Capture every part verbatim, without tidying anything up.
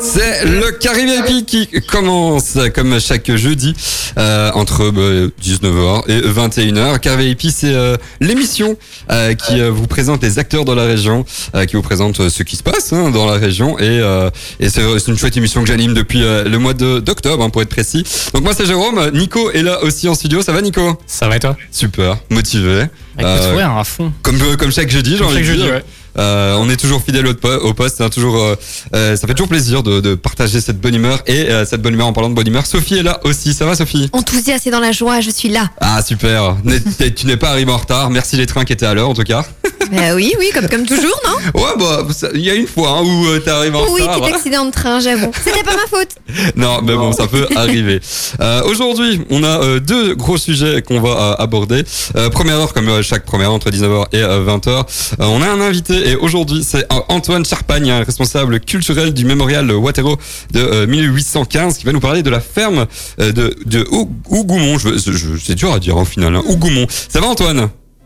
C'est le Carré V I P qui commence comme chaque jeudi euh, entre bah, dix-neuf heures et vingt et une heures. Carré V I P, c'est euh, l'émission euh, qui euh, vous présente les acteurs dans la région, euh, qui vous présente euh, ce qui se passe hein, dans la région. Et, euh, et c'est, c'est une chouette émission que j'anime depuis euh, le mois de, d'octobre, hein, pour être précis. Donc moi c'est Jérôme, Nico est là aussi en studio. Ça va Nico ? Ça va et toi ? Super, motivé. Avec euh, le sourire à fond. Comme, comme chaque jeudi, j'ai envie de dire. Ouais. Euh, on est toujours fidèle au, po- au poste, hein, toujours, euh, euh, ça fait toujours plaisir de, de partager cette bonne humeur et euh, cette bonne humeur. En parlant de bonne humeur, Sophie est là aussi. Ça va Sophie ? Enthousiaste et dans la joie, je suis là. Ah super. Tu n'es pas arrivé en retard. Merci les trains qui étaient à l'heure en tout cas. Bah oui, oui, comme comme toujours, non ? Ouais bah il y a une fois hein, où euh, t'es arrivé en oui, retard. Oui, petit accident de train, j'avoue. C'était pas ma faute. Non, mais bon, ça peut arriver. Euh, aujourd'hui, on a euh, deux gros sujets qu'on va euh, aborder. Euh, première heure, comme euh, chaque première heure entre dix-neuf heures et euh, vingt heures, euh, on a un invité et aujourd'hui c'est Antoine Charpagne, responsable culturel du mémorial Waterloo de euh, mille huit cent quinze, qui va nous parler de la ferme euh, de, de Hougoumont. Je, je, je, c'est dur à dire au final, hein. Hougoumont. Ça va Antoine ?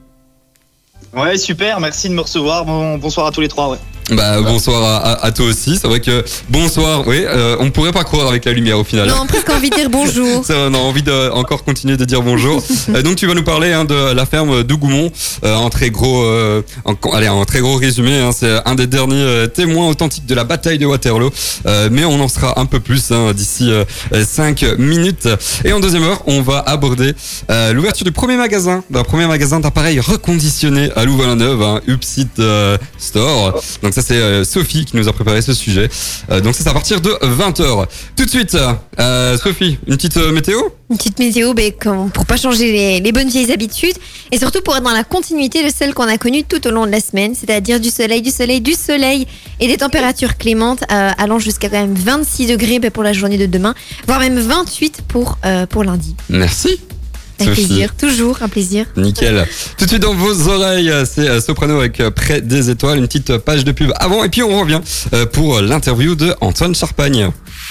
Ouais, super, merci de me recevoir. Bon, bonsoir à tous les trois, ouais. Bah bonsoir à, à, à toi aussi. C'est vrai que bonsoir. Oui, euh, on pourrait pas croire avec la lumière au final. Non, presque envie de dire bonjour. Ça, on a envie de encore continuer de dire bonjour. euh, donc tu vas nous parler hein, de la ferme d'Hougoumont euh, en très gros, euh, en, allez, en très gros résumé. Hein, c'est un des derniers euh, témoins authentiques de la bataille de Waterloo. Euh, mais on en sera un peu plus hein, d'ici euh, cinq minutes. Et en deuxième heure, on va aborder euh, l'ouverture du premier magasin, d'un premier magasin d'appareils reconditionnés à Louvain-la-Neuve, hein, Upsit euh, Store. Donc ça c'est euh, Sophie qui nous a préparé ce sujet. Euh, donc ça c'est à partir de vingt heures. Tout de suite, euh, Sophie, une petite euh, météo ? Une petite météo, ben, pour pas changer les, les bonnes vieilles habitudes et surtout pour être dans la continuité de celle qu'on a connue tout au long de la semaine, c'est-à-dire du soleil, du soleil, du soleil et des températures clémentes euh, allant jusqu'à quand même vingt-six degrés ben, pour la journée de demain, voire même vingt-huit pour, euh, pour lundi. Merci. Un Sophie. plaisir, toujours un plaisir. Nickel. Tout de suite dans vos oreilles, c'est Soprano avec Près des étoiles, une petite page de pub avant et puis on revient pour l'interview de Antoine Charpagne.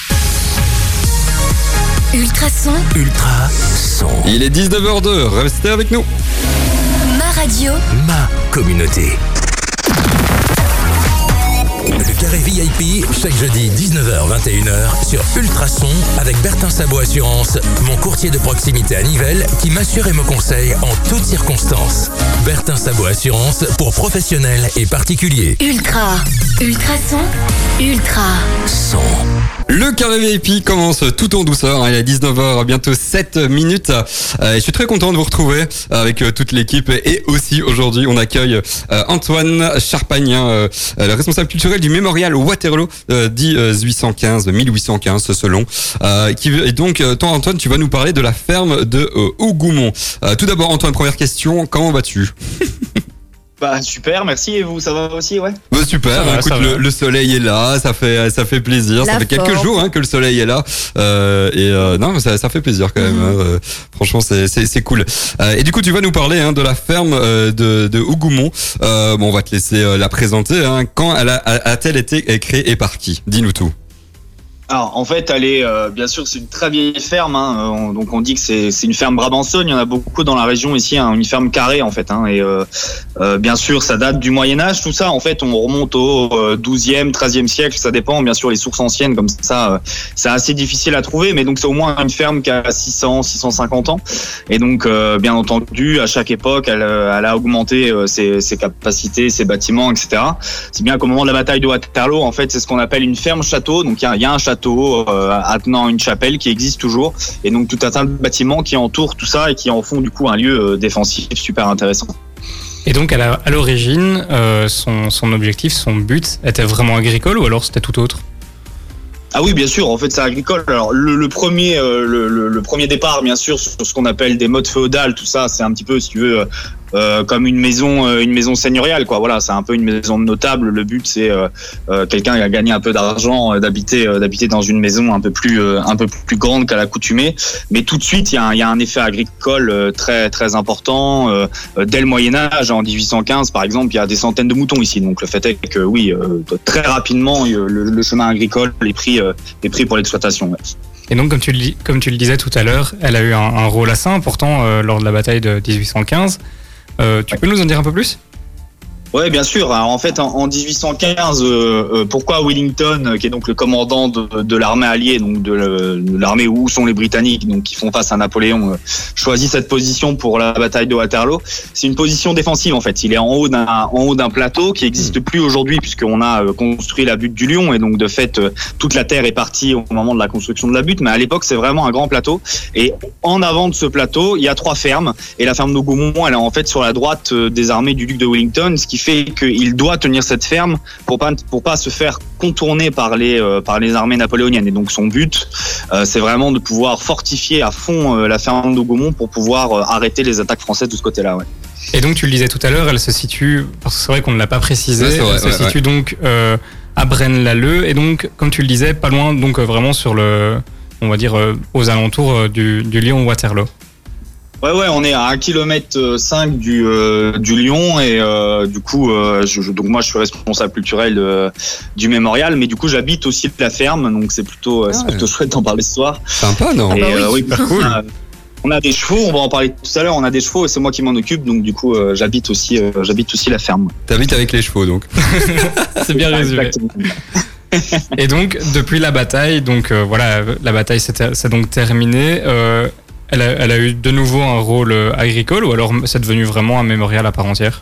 Ultrason. Ultrason. Il est dix-neuf heures deux, restez avec nous. Ma radio. Ma communauté. Le Carré V I P, chaque jeudi dix-neuf heures vingt et une heures sur Ultrason avec Bertin Sabot Assurance, mon courtier de proximité à Nivelles qui m'assure et me conseille en toutes circonstances. Bertin Sabot Assurance pour professionnels et particuliers. Ultra. Ultrason. Ultra. Son. Le Carré V I P commence tout en douceur, il est dix-neuf heures, bientôt sept minutes. Euh, je suis très content de vous retrouver avec euh, toute l'équipe et aussi aujourd'hui on accueille euh, Antoine Charpagne, euh, le responsable culturel du mémorial Waterloo euh, dix-huit cent quinze, mille huit cent quinze selon. Euh, qui, et donc euh, toi Antoine, tu vas nous parler de la ferme de euh, Hougoumont. Euh, tout d'abord Antoine, première question, comment vas-tu ? Bah super, merci. Et vous, ça va aussi, ouais. Bah super, va, écoute, le, le soleil est là, ça fait ça fait plaisir, La ça fait quelques forme. jours hein, que le soleil est là, euh, et euh, non, ça, ça fait plaisir quand même. Mmh. Hein, euh, franchement, c'est c'est c'est cool. Euh, et du coup, tu vas nous parler hein, de la ferme euh, de de Hougoumont. Euh, bon, on va te laisser euh, la présenter. Hein. Quand elle a, a-t-elle été créée et par qui ? Dis-nous tout. Alors en fait, elle est euh, bien sûr c'est une très vieille ferme. Hein, on, donc on dit que c'est c'est une ferme brabançonne. Il y en a beaucoup dans la région ici. Hein, une ferme carrée en fait. Hein, et euh, euh, bien sûr, ça date du Moyen Âge. Tout ça, en fait, on remonte au euh, douzième, treizième siècle. Ça dépend. Bien sûr, les sources anciennes comme ça, euh, c'est assez difficile à trouver. Mais donc c'est au moins une ferme qui a six cents, six cent cinquante ans. Et donc euh, bien entendu, à chaque époque, elle, elle a augmenté euh, ses, ses capacités, ses bâtiments, et cetera. C'est bien qu'au moment de la bataille de Waterloo, en fait, c'est ce qu'on appelle une ferme château. Donc il y a, il y a un château Euh, attenant une chapelle qui existe toujours et donc tout un tas de bâtiments qui entourent tout ça et qui en font du coup un lieu euh, défensif super intéressant. Et donc à, la, à l'origine, euh, son, son objectif, son but était vraiment agricole ou alors c'était tout autre ? Ah oui, bien sûr. En fait, c'est agricole. Alors, le, le premier, euh, le, le, le premier départ, bien sûr, sur ce qu'on appelle des modes féodales, tout ça, c'est un petit peu, si tu veux, euh, comme une maison, euh, une maison seigneuriale, quoi. Voilà, c'est un peu une maison de notable. Le but, c'est euh, euh, quelqu'un qui a gagné un peu d'argent, euh, d'habiter, euh, d'habiter dans une maison un peu plus, euh, un peu plus grande qu'à l'accoutumée. Mais tout de suite, il y a, un, il y a un effet agricole euh, très, très important. Euh, dès le Moyen Âge, en dix-huit cent quinze, par exemple, il y a des centaines de moutons ici. Donc, le fait est que, oui, euh, très rapidement, le, le chemin agricole est pris. Euh, est pris pour l'exploitation. Ouais. Et donc, comme tu, le, comme tu le disais tout à l'heure, elle a eu un, un rôle assez important euh, lors de la bataille de dix-huit cent quinze. Euh, tu ouais. peux nous en dire un peu plus ? Ouais, bien sûr. Alors, en fait, en, en dix-huit cent quinze, euh, euh, pourquoi Wellington, euh, qui est donc le commandant de, de l'armée alliée, donc de, le, de l'armée où sont les Britanniques, donc qui font face à Napoléon, euh, choisit cette position pour la bataille de Waterloo? C'est une position défensive en fait. Il est en haut d'un en haut d'un plateau qui n'existe plus aujourd'hui puisqu'on a euh, construit la butte du Lion et donc de fait euh, toute la terre est partie au moment de la construction de la butte. Mais à l'époque, c'est vraiment un grand plateau. Et en avant de ce plateau, il y a trois fermes et la ferme de Gaumont, elle est en fait sur la droite euh, des armées du duc de Wellington, ce qui fait qu'il doit tenir cette ferme pour pas pour pas se faire contourner par les euh, par les armées napoléoniennes. Et donc son but, euh, c'est vraiment de pouvoir fortifier à fond euh, la ferme de Gaumont pour pouvoir euh, arrêter les attaques françaises de ce côté-là. Ouais. Et donc tu le disais tout à l'heure, elle se situe, parce que c'est vrai qu'on ne l'a pas précisé, ouais, vrai, elle se ouais, situe ouais. donc euh, à Braine-l'Alleud et donc comme tu le disais, pas loin donc euh, vraiment sur le, on va dire euh, aux alentours euh, du, du Lyon-Waterloo. Ouais, ouais, on est à un kilomètre cinq du euh, du Lyon et euh, du coup, euh, je, donc moi je suis responsable culturel euh, du mémorial, mais du coup j'habite aussi la ferme, donc c'est plutôt, euh, c'est Ah ouais. plutôt chouette d'en parler ce soir. Sympa, non? Et, bah oui, euh, oui, super cool. On a, on a des chevaux, on va en parler tout à l'heure. On a des chevaux et c'est moi qui m'en occupe, donc du coup euh, j'habite aussi, euh, j'habite aussi la ferme. T'habites avec les chevaux, donc. C'est bien résumé. Exactement. Et donc depuis la bataille, donc euh, voilà, la bataille s'est s'est donc terminée. Euh, elle, a, elle a eu de nouveau un rôle euh, agricole ou alors c'est devenu vraiment un mémorial à part entière?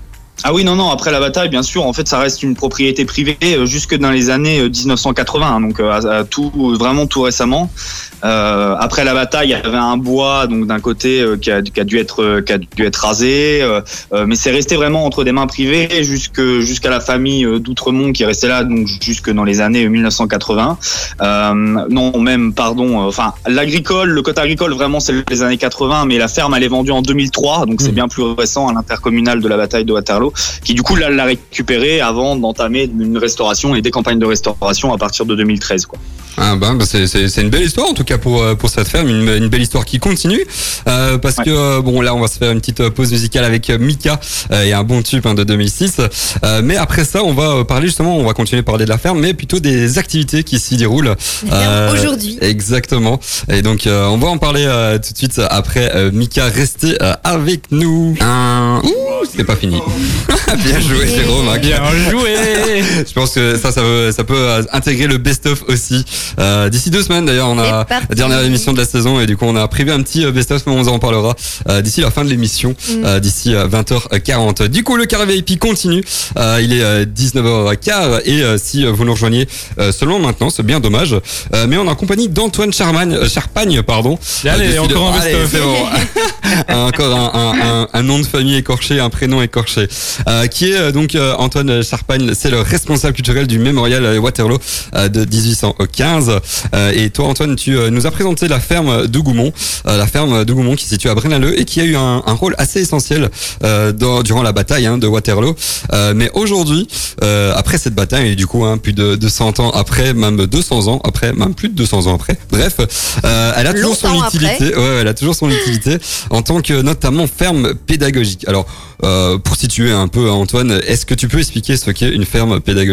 Ah oui, non, non, après la bataille, bien sûr, en fait, ça reste une propriété privée euh, jusque dans les années euh, dix-neuf cent quatre-vingts, hein, donc euh, à, à tout, vraiment tout récemment. Euh, après la bataille, il y avait un bois, donc d'un côté, euh, qui, a, qui a dû être, euh, qui a dû être rasé, euh, euh, mais c'est resté vraiment entre des mains privées jusque, jusqu'à la famille euh, d'Outremont qui est restée là, donc jusque dans les années mille neuf cent quatre-vingts. Euh, non, même, pardon, euh, enfin, l'agricole, le côté agricole, vraiment, c'est les années quatre-vingts, mais la ferme, elle est vendue en deux mille trois, donc c'est bien plus récent à l'intercommunal de la bataille de Waterloo, qui du coup là l'a récupéré avant d'entamer une restauration et des campagnes de restauration à partir de deux mille treize, quoi. Ah ben, bah c'est, c'est, c'est une belle histoire en tout cas pour, pour cette ferme, une, une belle histoire qui continue euh, parce ouais. que euh, bon là on va se faire une petite pause musicale avec Mika euh, et un bon tube hein, de deux mille six euh, mais après ça on va parler justement, on va continuer à parler de la ferme mais plutôt des activités qui s'y déroulent euh, aujourd'hui. Exactement, et donc euh, on va en parler euh, tout de suite après euh, Mika, restez euh, avec nous. Un... Ouh, c'est pas fini. Bien joué Jérôme, hein. Bien joué. Je pense que ça ça peut, ça peut intégrer le best-of aussi. Euh, d'ici deux semaines d'ailleurs on a la dernière émission de la saison et du coup on a prévu un petit best-of mais on vous en parlera euh, d'ici la fin de l'émission, mm. euh, d'ici vingt heures quarante. Du coup le carré V I P continue, euh, il est euh, dix-neuf heures quinze et euh, si vous nous rejoignez euh, seulement maintenant c'est bien dommage, euh, mais on est en compagnie d'Antoine Charmagne, euh, Charpagne pardon. Allez, euh, encore un best-of. C'est bon. Encore un, un, un, un nom de famille écorché, un prénom écorché, euh, qui est euh, donc euh, Antoine Charpagne, c'est le responsable culturel du mémorial Waterloo euh, de dix-huit cent quinze. Euh, et toi Antoine, tu euh, nous as présenté la ferme de Gaumont, euh, la ferme de Gaumont qui se situe à Braine-l'Alleud et qui a eu un, un rôle assez essentiel euh, dans, durant la bataille hein, de Waterloo. Euh, mais aujourd'hui, euh, après cette bataille, et du coup hein, plus de, de cent ans après, même deux cents ans après, même plus de deux cents ans après, bref, euh, elle a toujours Longtemps son utilité. Ouais, elle a toujours son utilité en tant que notamment ferme pédagogique. Alors, euh, pour situer un peu Antoine, est-ce que tu peux expliquer ce qu'est une ferme pédagogique ?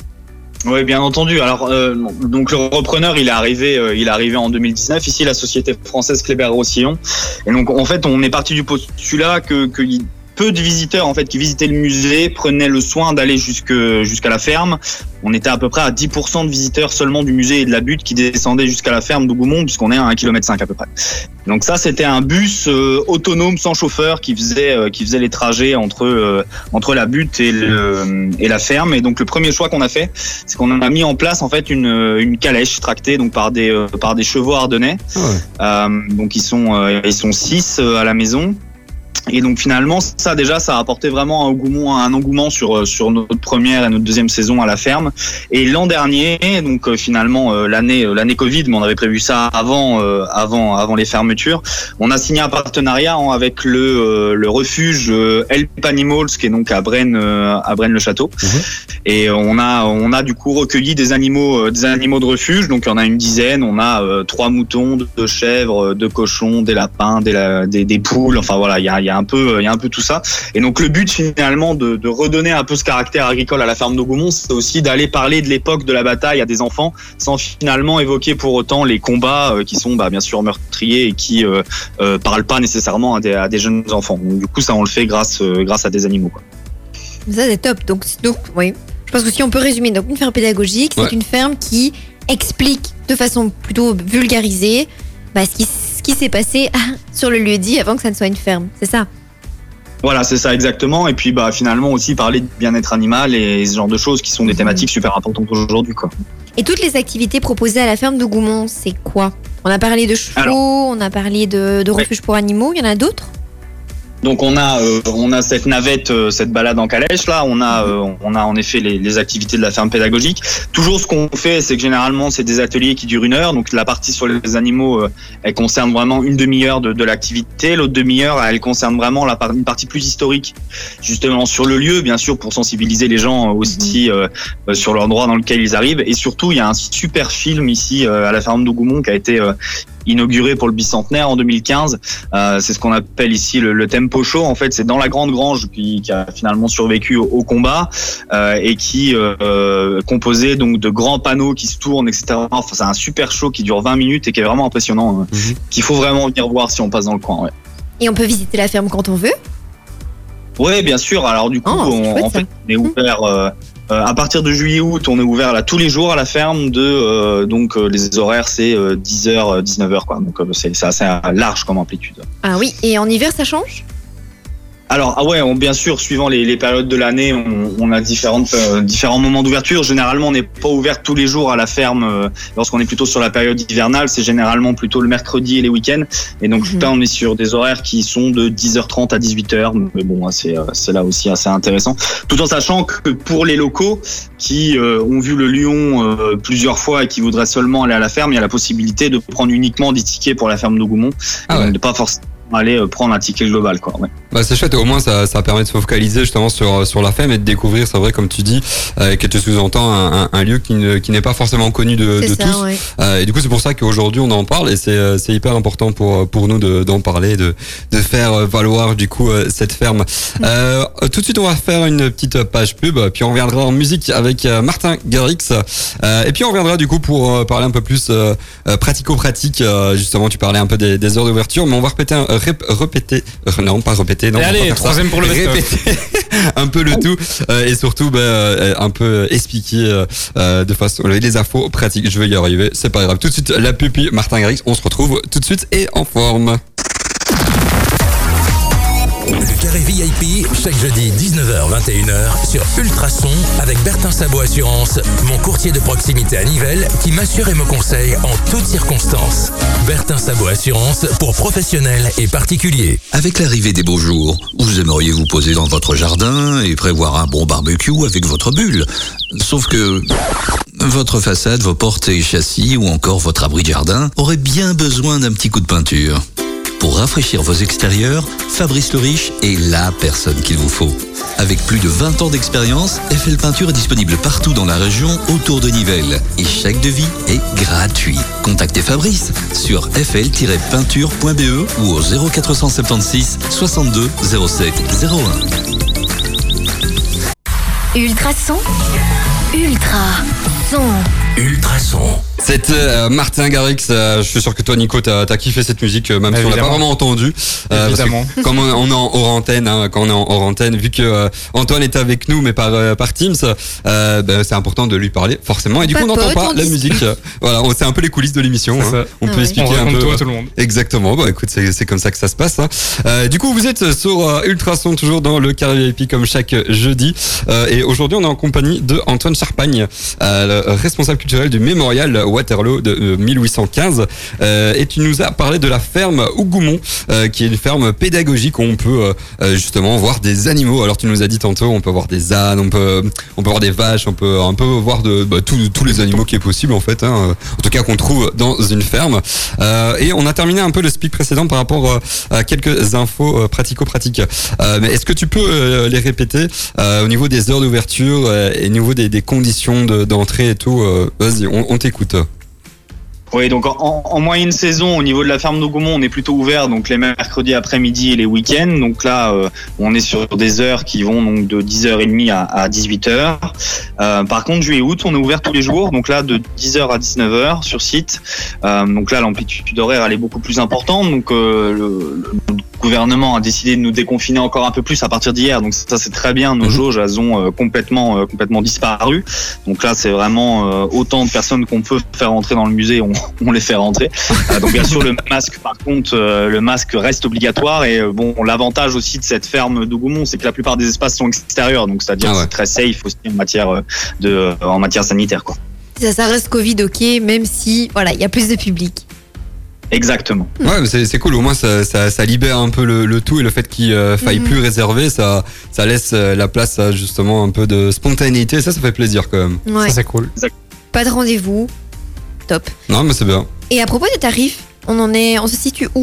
Oui, bien entendu. Alors, euh, donc le repreneur, il est arrivé, euh, il est arrivé en deux mille dix-neuf. Ici, la société française Kléber-Roussillon. Et donc, en fait, on est parti du postulat que, que peu de visiteurs, en fait, qui visitaient le musée prenaient le soin d'aller jusque jusqu'à la ferme. On était à peu près à dix pour cent de visiteurs seulement du musée et de la butte qui descendaient jusqu'à la ferme de Gaumont, puisqu'on est à un kilomètre cinq à peu près. Donc ça, c'était un bus euh, autonome sans chauffeur qui faisait euh, qui faisait les trajets entre euh, entre la butte et le et la ferme. Et donc le premier choix qu'on a fait, c'est qu'on a mis en place en fait une une calèche tractée donc par des euh, par des chevaux ardennais. Ouais. Euh, donc ils sont euh, ils sont six euh, à la maison. Et donc finalement, ça déjà, ça a apporté vraiment un engouement, un engouement sur sur notre première et notre deuxième saison à la ferme. Et l'an dernier, donc finalement l'année l'année Covid, mais on avait prévu ça avant avant avant les fermetures. On a signé un partenariat avec le le refuge Help Animals qui est donc à Braine à Braine-le-Château. Mmh. Et on a on a du coup recueilli des animaux des animaux de refuge. Donc il y en a une dizaine. On a trois moutons, deux chèvres, deux cochons, des lapins, des des, des poules. Enfin voilà, il y a il y a un peu il y a un peu tout ça. Et donc le but finalement de, de redonner un peu ce caractère agricole à la ferme de Gaumont, c'est aussi d'aller parler de l'époque de la bataille à des enfants sans finalement évoquer pour autant les combats euh, qui sont bah, bien sûr meurtriers et qui euh, euh, parlent pas nécessairement à des, à des jeunes enfants. Donc, du coup ça on le fait grâce euh, grâce à des animaux quoi. Ça, c'est top. Donc, donc, oui. Je pense que si on peut résumer, donc une ferme pédagogique, c'est Ouais. une ferme qui explique de façon plutôt vulgarisée bah, ce qui, ce qui s'est passé sur le lieu dit avant que ça ne soit une ferme. C'est ça. Voilà, c'est ça exactement. Et puis bah finalement aussi parler de bien-être animal et ce genre de choses qui sont des thématiques super importantes aujourd'hui, quoi. Et toutes les activités proposées à la ferme de Goumont, c'est quoi? On a parlé de chevaux, Alors. on a parlé de, de refuge pour animaux, il y en a d'autres? Donc on a euh, on a cette navette, euh, cette balade en calèche là. On a euh, on a en effet les, les activités de la ferme pédagogique. Toujours ce qu'on fait, c'est que généralement c'est des ateliers qui durent une heure. Donc la partie sur les animaux, euh, elle concerne vraiment une demi-heure de, de l'activité. L'autre demi-heure, elle concerne vraiment la par- une partie plus historique, justement sur le lieu, bien sûr, pour sensibiliser les gens aussi euh, euh, sur l'endroit dans lequel ils arrivent. Et surtout, il y a un super film ici euh, à la ferme de Goumont qui a été euh, inauguré pour le bicentenaire en deux mille quinze. Euh, c'est ce qu'on appelle ici le, le Tempo Show. En fait, c'est dans la grande grange qui, qui a finalement survécu au, au combat euh, et qui euh, composé donc de grands panneaux qui se tournent, et cetera. Enfin, c'est un super show qui dure vingt minutes et qui est vraiment impressionnant, hein, Mhm. qu'il faut vraiment venir voir si on passe dans le coin. Ouais. Et on peut visiter la ferme quand on veut. Ouais, bien sûr. Alors du coup, Oh, c'est on, chouette, en ça. fait, on est ouvert euh, euh, à partir de juillet-août. On est ouvert là tous les jours à la ferme. De euh, donc euh, les horaires c'est euh, dix heures, dix-neuf heures quoi. Donc euh, c'est, c'est assez large comme amplitude. Ah oui, et en hiver, ça change? Alors ah ouais, on, bien sûr, suivant les, les périodes de l'année, on, on a différentes euh, différents moments d'ouverture. Généralement, on n'est pas ouvert tous les jours à la ferme. Euh, lorsqu'on est plutôt sur la période hivernale, c'est généralement plutôt le mercredi et les week-ends. Et donc Mhm. là, on est sur des horaires qui sont de dix heures trente à dix-huit heures. Mais bon, c'est euh, c'est là aussi assez intéressant. Tout en sachant que pour les locaux qui euh, ont vu le lion euh, plusieurs fois et qui voudraient seulement aller à la ferme, il y a la possibilité de prendre uniquement des tickets pour la ferme de Goumont. Ah Et ouais. donc de pas forcément aller euh, prendre un ticket global, quoi. Ouais. Bah c'est chouette, au moins ça, ça permet de se focaliser justement sur, sur la ferme et de découvrir, c'est vrai comme tu dis, euh, que tu sous-entends un, un, un lieu qui, ne, qui n'est pas forcément connu de, C'est de ça, tous. ouais. Euh, et du coup c'est pour ça qu'aujourd'hui on en parle et c'est, euh, c'est hyper important pour, pour nous de, d'en parler, de, de faire valoir du coup euh, cette ferme. Euh, tout de suite on va faire une petite page pub, puis on reviendra en musique avec euh, Martin Garrix. Euh, et puis on reviendra du coup pour euh, parler un peu plus euh, euh, pratico-pratique. Euh, justement tu parlais un peu des, des heures d'ouverture, mais on va répéter, un, rép- répéter euh, non pas répéter, non, Et on va allez, pas faire ça. troisième pour le best-of. Répéter un peu le tout euh, et surtout bah, euh, un peu expliquer euh, de façon les infos pratiques. Je vais y arriver, c'est pas grave. Tout de suite la pupille Martin Garrix, on se retrouve tout de suite et en forme. Le carré V I P, chaque jeudi dix-neuf heures vingt et une heures sur Ultrason avec Bertin Sabot Assurance, mon courtier de proximité à Nivelles qui m'assure et me conseille en toutes circonstances. Bertin Sabot Assurance pour professionnels et particuliers. Avec l'arrivée des beaux jours, vous aimeriez vous poser dans votre jardin et prévoir un bon barbecue avec votre bulle. Sauf que votre façade, vos portes et châssis ou encore votre abri de jardin auraient bien besoin d'un petit coup de peinture. Pour rafraîchir vos extérieurs, Fabrice le Riche est la personne qu'il vous faut. Avec plus de vingt ans d'expérience, F L Peinture est disponible partout dans la région autour de Nivelles. Et chaque devis est gratuit. Contactez Fabrice sur f l tiret peinture point b e ou au zéro quatre cent soixante-seize soixante-deux zéro sept zéro un. Ultrason. Ultra son. Ultrason. C'était euh, Martin Garrix. Euh, je suis sûr que toi, Nico, t'as, t'as kiffé cette musique, euh, même si on l'a pas Évidemment. vraiment entendue. Euh, parce que Évidemment. comme on, on est en hors antenne, hein, quand on est en hors antenne, vu que euh, Antoine est avec nous, mais par euh, par Teams, euh, ben, c'est important de lui parler, forcément. Et du coup, on n'entend Papote, pas on la dit. musique. Euh, voilà, on- c'est un peu les coulisses de l'émission. C'est hein. ça. On Ah peut ouais. On expliquer un raconte peu. tout à tout le monde. Exactement. Bah écoute, c'est, c'est comme ça que ça se passe. Hein. Euh, du coup, vous êtes sur euh, Ultrason, toujours dans le carré V I P comme chaque jeudi. Euh, et aujourd'hui, on est en compagnie de Antoine Charpagne, euh, le responsable culturel du Mémorial Waterloo de euh, mille huit cent quinze. Euh, et tu nous as parlé de la ferme Hougoumont, euh, qui est une ferme pédagogique où on peut euh, justement voir des animaux. Alors tu nous as dit tantôt, on peut voir des ânes, on peut, on peut voir des vaches, on peut un peu voir de bah, tous tous les animaux qui est possible en fait. Hein, en tout cas qu'on trouve dans une ferme. Euh, et on a terminé un peu le speak précédent par rapport euh, à quelques infos euh, pratico-pratiques. Euh, mais est-ce que tu peux euh, les répéter euh, au niveau des heures d'ouverture euh, et au niveau des, des conditions de, d'entrée et tout euh, Vas-y, on, on t'écoute. Oui, donc en, en moyenne saison, au niveau de la ferme d'Hougoumont, on est plutôt ouvert donc les mercredis après-midi et les week-ends. Donc là, euh, on est sur des heures qui vont donc de dix heures trente à, à dix-huit heures. Euh, par contre, juillet-août, on est ouvert tous les jours. Donc là, de dix heures à dix-neuf heures sur site. Euh, donc là, l'amplitude horaire, elle est beaucoup plus importante. Donc euh, le, le gouvernement a décidé de nous déconfiner encore un peu plus à partir d'hier. Donc ça, c'est très bien. Nos mmh. jauges, elles ont euh, complètement, euh, complètement disparu. Donc là, c'est vraiment euh, autant de personnes qu'on peut faire rentrer dans le musée, on, on les fait rentrer. Euh, donc bien sûr, le masque, par contre, euh, le masque reste obligatoire. Et euh, bon, l'avantage aussi de cette ferme d'Hougoumont, c'est que la plupart des espaces sont extérieurs. Donc c'est-à-dire ah ouais. que c'est très safe aussi en matière de, euh, en matière sanitaire, quoi. Ça, ça reste Covid, ok, même si voilà, il y a plus de public. Exactement. Ouais, mais c'est, c'est cool. Au moins, ça, ça, ça libère un peu le, le tout et le fait qu'il euh, faille mm-hmm. plus réserver, ça, ça laisse la place à justement un peu de spontanéité. Ça, ça fait plaisir quand même. Ouais. Ça, c'est cool. Pas de rendez-vous. Top. Non, mais c'est bien. Et à propos des tarifs, on en est, on se situe où ?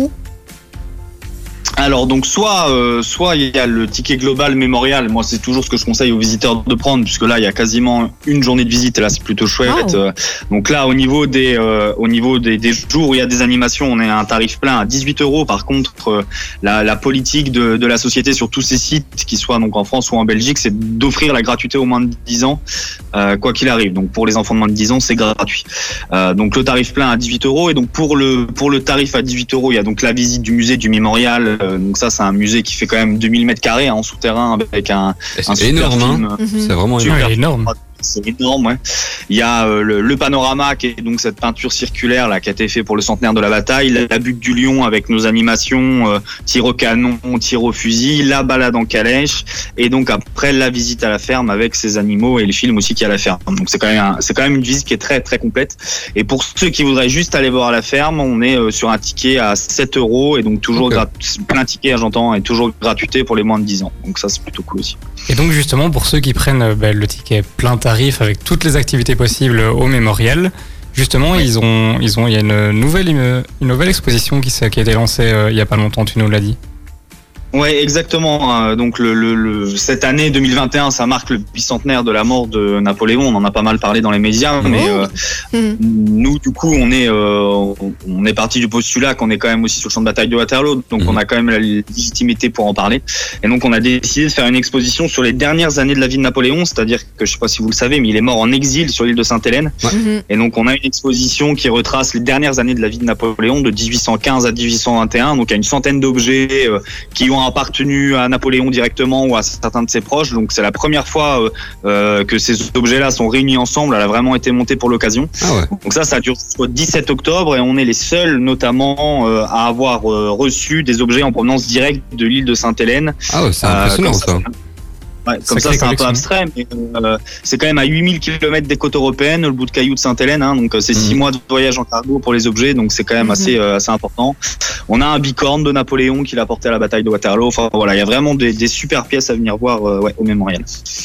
Alors donc soit euh, soit il y a le ticket global mémorial. Moi c'est toujours ce que je conseille aux visiteurs de prendre, puisque là il y a quasiment une journée de visite et là c'est plutôt chouette. Wow. Euh, donc là au niveau des euh, au niveau des, des jours où il y a des animations, on est à un tarif plein à dix-huit euros. Par contre euh, la, la politique de, de la société sur tous ces sites, qu'ils soient donc en France ou en Belgique, c'est d'offrir la gratuité aux moins de dix ans, euh, quoi qu'il arrive. Donc pour les enfants de moins de dix ans c'est gratuit. Euh, donc le tarif plein à dix-huit euros, et donc pour le pour le tarif à dix-huit euros il y a donc la visite du musée du mémorial. Donc ça, c'est un musée qui fait quand même deux mille mètres carrés hein, en souterrain avec un, un super énorme, film. Hein. Mm-hmm. C'est vraiment super énorme. C'est énorme, ouais. Il y a euh, le, le panorama qui est donc cette peinture circulaire là qui a été fait pour le centenaire de la bataille, la, la butte du lion avec nos animations, euh, tir au canon, tir au fusil, la balade en calèche, et donc après la visite à la ferme avec ses animaux et les films aussi qu'il y a à la ferme. Donc c'est quand même un, c'est quand même une visite qui est très très complète. Et pour ceux qui voudraient juste aller voir la ferme, on est euh, sur un ticket à sept euros et donc toujours okay. grat- plein ticket, j'entends, et toujours gratuité pour les moins de dix ans. Donc ça c'est plutôt cool aussi. Et donc justement pour ceux qui prennent bah, le ticket plein tarif avec toutes les activités possibles au mémorial, justement oui. ils ont ils ont il y a une nouvelle une nouvelle exposition qui, qui a été lancée euh, il y a pas longtemps, tu nous l'as dit. Ouais, exactement. Donc le, le, le cette année deux mille vingt et un, ça marque le bicentenaire de la mort de Napoléon. On en a pas mal parlé dans les médias, oh. mais euh, mmh. nous du coup on est euh, on est parti du postulat qu'on est quand même aussi sur le champ de bataille de Waterloo, donc mmh. on a quand même la légitimité pour en parler. Et donc on a décidé de faire une exposition sur les dernières années de la vie de Napoléon, c'est-à-dire que je sais pas si vous le savez, mais il est mort en exil sur l'île de Sainte-Hélène. Ouais. Mmh. Et donc on a une exposition qui retrace les dernières années de la vie de Napoléon de dix-huit cent quinze à dix-huit cent vingt et un. Donc il y a une centaine d'objets euh, qui ont appartenu à Napoléon directement ou à certains de ses proches. Donc c'est la première fois euh, que ces objets-là sont réunis ensemble. Elle a vraiment été montée pour l'occasion. Ah ouais. Donc ça, ça dure jusqu'au dix-sept octobre et on est les seuls notamment euh, à avoir euh, reçu des objets en provenance directe de l'île de Sainte-Hélène. Ah ouais, c'est impressionnant euh, ça. ça. Ouais, comme ça, c'est un peu abstrait, mais euh, c'est quand même à huit mille kilomètres des côtes européennes, le bout de caillou de Sainte-Hélène, hein, donc c'est six mmh. mois de voyage en cargo pour les objets, donc c'est quand même mmh. assez euh, assez important. On a un bicorne de Napoléon qu'il a porté à la bataille de Waterloo. Enfin voilà, il y a vraiment des, des super pièces à venir voir euh, ouais, au mémorial.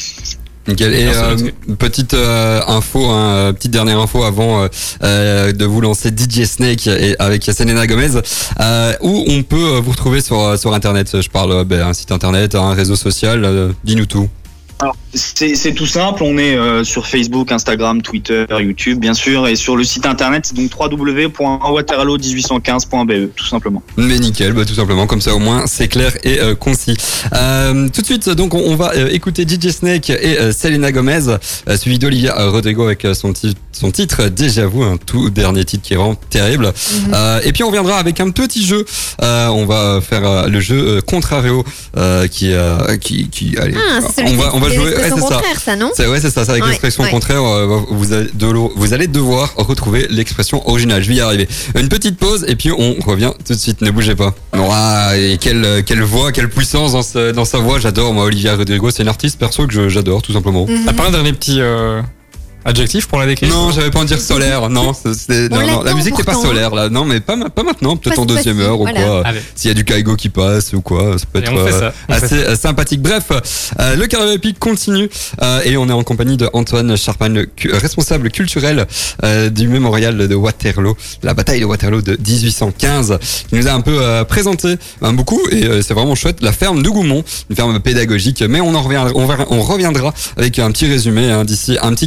Nickel. Et euh, petite euh, info, hein, petite dernière info avant euh, de vous lancer D J Snake et avec Selena Gomez, euh, où on peut vous retrouver sur sur internet. Je parle ben, un site internet, un réseau social. Euh, dis-nous tout. Alors, c'est, c'est tout simple, on est euh, sur Facebook, Instagram, Twitter, YouTube bien sûr, et sur le site internet c'est donc w w w point waterloo dix-huit cent quinze point b e tout simplement. Mais nickel, bah, tout simplement, comme ça au moins c'est clair et euh, concis. Euh, tout de suite donc on, on va euh, écouter D J Snake et euh, Selena Gomez, euh, suivi d'Olivia Rodrigo avec euh, son, t- son titre Déjà Vu, un tout dernier titre qui est vraiment terrible. Mm-hmm. Euh, et puis on reviendra avec un petit jeu, euh, on va faire euh, le jeu euh, Contrario euh, qui, euh, qui, qui allez, ah, c'est on va, on va jouer, ouais, c'est ça. ça, non c'est, ouais, c'est ça, c'est avec ouais, l'expression ouais. contraire, euh, vous, allez de vous allez devoir retrouver l'expression originale. Je vais y arriver. Une petite pause et puis on revient tout de suite, ne bougez pas. Ah, et quelle, quelle voix, quelle puissance dans, ce, dans sa voix, j'adore. Moi, Olivia Rodrigo, c'est une artiste perso que je, j'adore, tout simplement. Mm-hmm. T'as pas un dernier petit euh, adjectif pour la décrire? Non, j'avais pas en dire solaire, non, c'est, non, non la musique n'est pas solaire là, non, mais pas, pas maintenant, peut-être pas en deuxième facile, heure ou voilà. quoi. Allez. S'il y a du Kaigo qui passe ou quoi, ça peut et être euh, ça, assez euh, sympathique. Bref, euh, le Carré Épique continue euh, et on est en compagnie de Antoine Charpagne, le cu- responsable culturel euh, du mémorial de Waterloo, la bataille de Waterloo de dix-huit cent quinze, qui nous a un peu euh, présenté hein, beaucoup et euh, c'est vraiment chouette. La ferme d'Hougoumont, une ferme pédagogique, mais on en reviendra, on, va, on reviendra avec un petit résumé hein, d'ici un petit quart d'heure.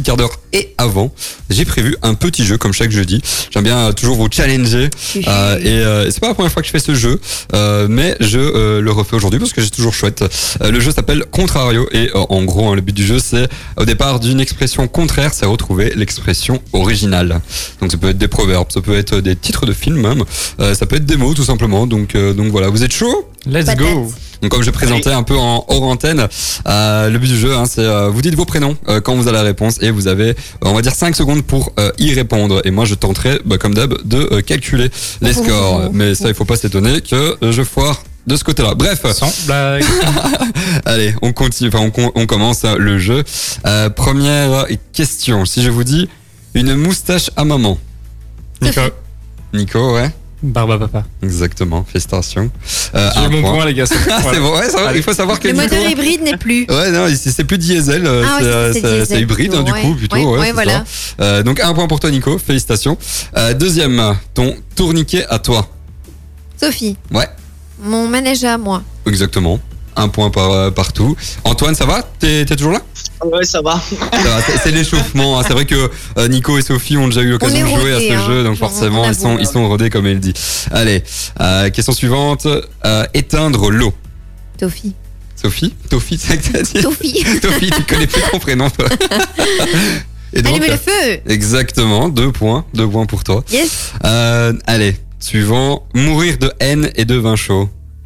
Et avant, j'ai prévu un petit jeu comme chaque jeudi. J'aime bien euh, toujours vous challenger. Euh, et euh, c'est pas la première fois que je fais ce jeu, euh, mais je euh, le refais aujourd'hui parce que c'est toujours chouette. Euh, le jeu s'appelle Contrario et euh, en gros, hein, le but du jeu, c'est au départ d'une expression contraire, c'est retrouver l'expression originale. Donc ça peut être des proverbes, ça peut être des titres de films même, euh, ça peut être des mots tout simplement. Donc euh, donc voilà, vous êtes chaud? Let's Patate. go. Donc comme je présentais un peu en hors antenne, euh, le but du jeu, hein, c'est euh, vous dites vos prénoms euh, quand vous avez la réponse et vous avez, euh, on va dire cinq secondes pour euh, y répondre. Et moi, je tenterai, bah, comme d'hab, de euh, calculer les scores. Mais ça, il faut pas s'étonner que euh, je foire de ce côté-là. Bref, Sans blague. allez, on continue. Enfin, on, com- on commence hein, le jeu. Euh, première question. Si je vous dis une moustache à maman, Nico. Nico, ouais. Barbe à papa. Exactement. Félicitations. Euh, J'ai eu un mon point. point, les gars. c'est bon. Ah, Voilà. c'est bon. Ouais, ça va. Allez. Il faut savoir que Le Nico. moteur hybride n'est plus. Ouais, non, c'est c'est plus diesel, euh, Ah c'est, ouais, euh, c'est c'est, diesel c'est hybride, hein, du plutôt, coup, ouais. plutôt. Ouais, Ouais, ouais, c'est voilà. ça. Euh, donc, un point pour toi, Nico. Félicitations. Euh, deuxième, ton tourniquet à toi. Sophie, Ouais, mon manège à moi. exactement. Un point par, euh, partout. Antoine, ça va? T'es, t'es toujours là? Ouais, ça va. Ça va, c'est, c'est l'échauffement. Hein. C'est vrai que euh, Nico et Sophie ont déjà eu l'occasion On de est jouer rodés, à ce hein. jeu, donc On- forcément, on ils sont, avoue. ils sont rodés, comme elle dit. Allez, euh, question suivante. Euh, éteindre l'eau. Sophie. Sophie? Tophie, c'est ça que t'as dit? Sophie. Tophie, tu connais plus ton prénom, toi. Et donc, Allumez le feu. exactement, deux points, deux points pour toi. Yes. Euh, allez, suivant, mourir de haine et de vin chaud.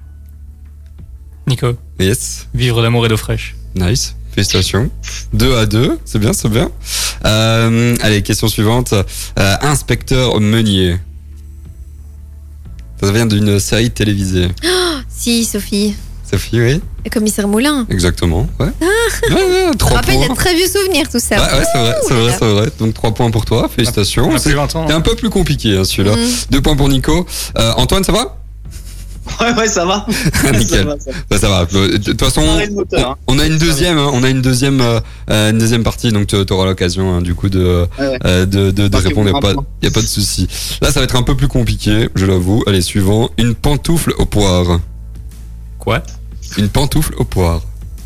Nico. Yes, Vivre d'amour et d'eau fraîche. nice, félicitations. Deux à deux, c'est bien, c'est bien. Euh, allez, question suivante, euh, inspecteur Meunier. Ça vient d'une série télévisée. Si, Sophie. Sophie, oui, Le commissaire Moulin. exactement, ouais. Ouais, ouais, Ça trois rappelle points. de très vieux souvenirs, tout ça. Ouais, ouais, c'est vrai, c'est vrai, c'est vrai. Donc trois points pour toi, félicitations. On a C'est plus vingt ans. c'est un peu plus compliqué, hein, celui-là. Mhm. Deux points pour Nico. Euh, Antoine, ça va? Ouais, ouais, ça va. Nickel. Ça va, ça va. Bah, ça va. De toute façon, Pareil, le moteur, hein. on, on a une deuxième, hein, on a une deuxième, euh, euh, une deuxième partie, donc tu auras l'occasion hein, du coup de, Ouais, ouais. euh, de, de, de Marquez répondre. Il un y a pas, point. y a pas de souci. Là, ça va être un peu plus compliqué, je l'avoue. Allez, suivant. Une pantoufle au poire. Quoi? Une pantoufle au poire.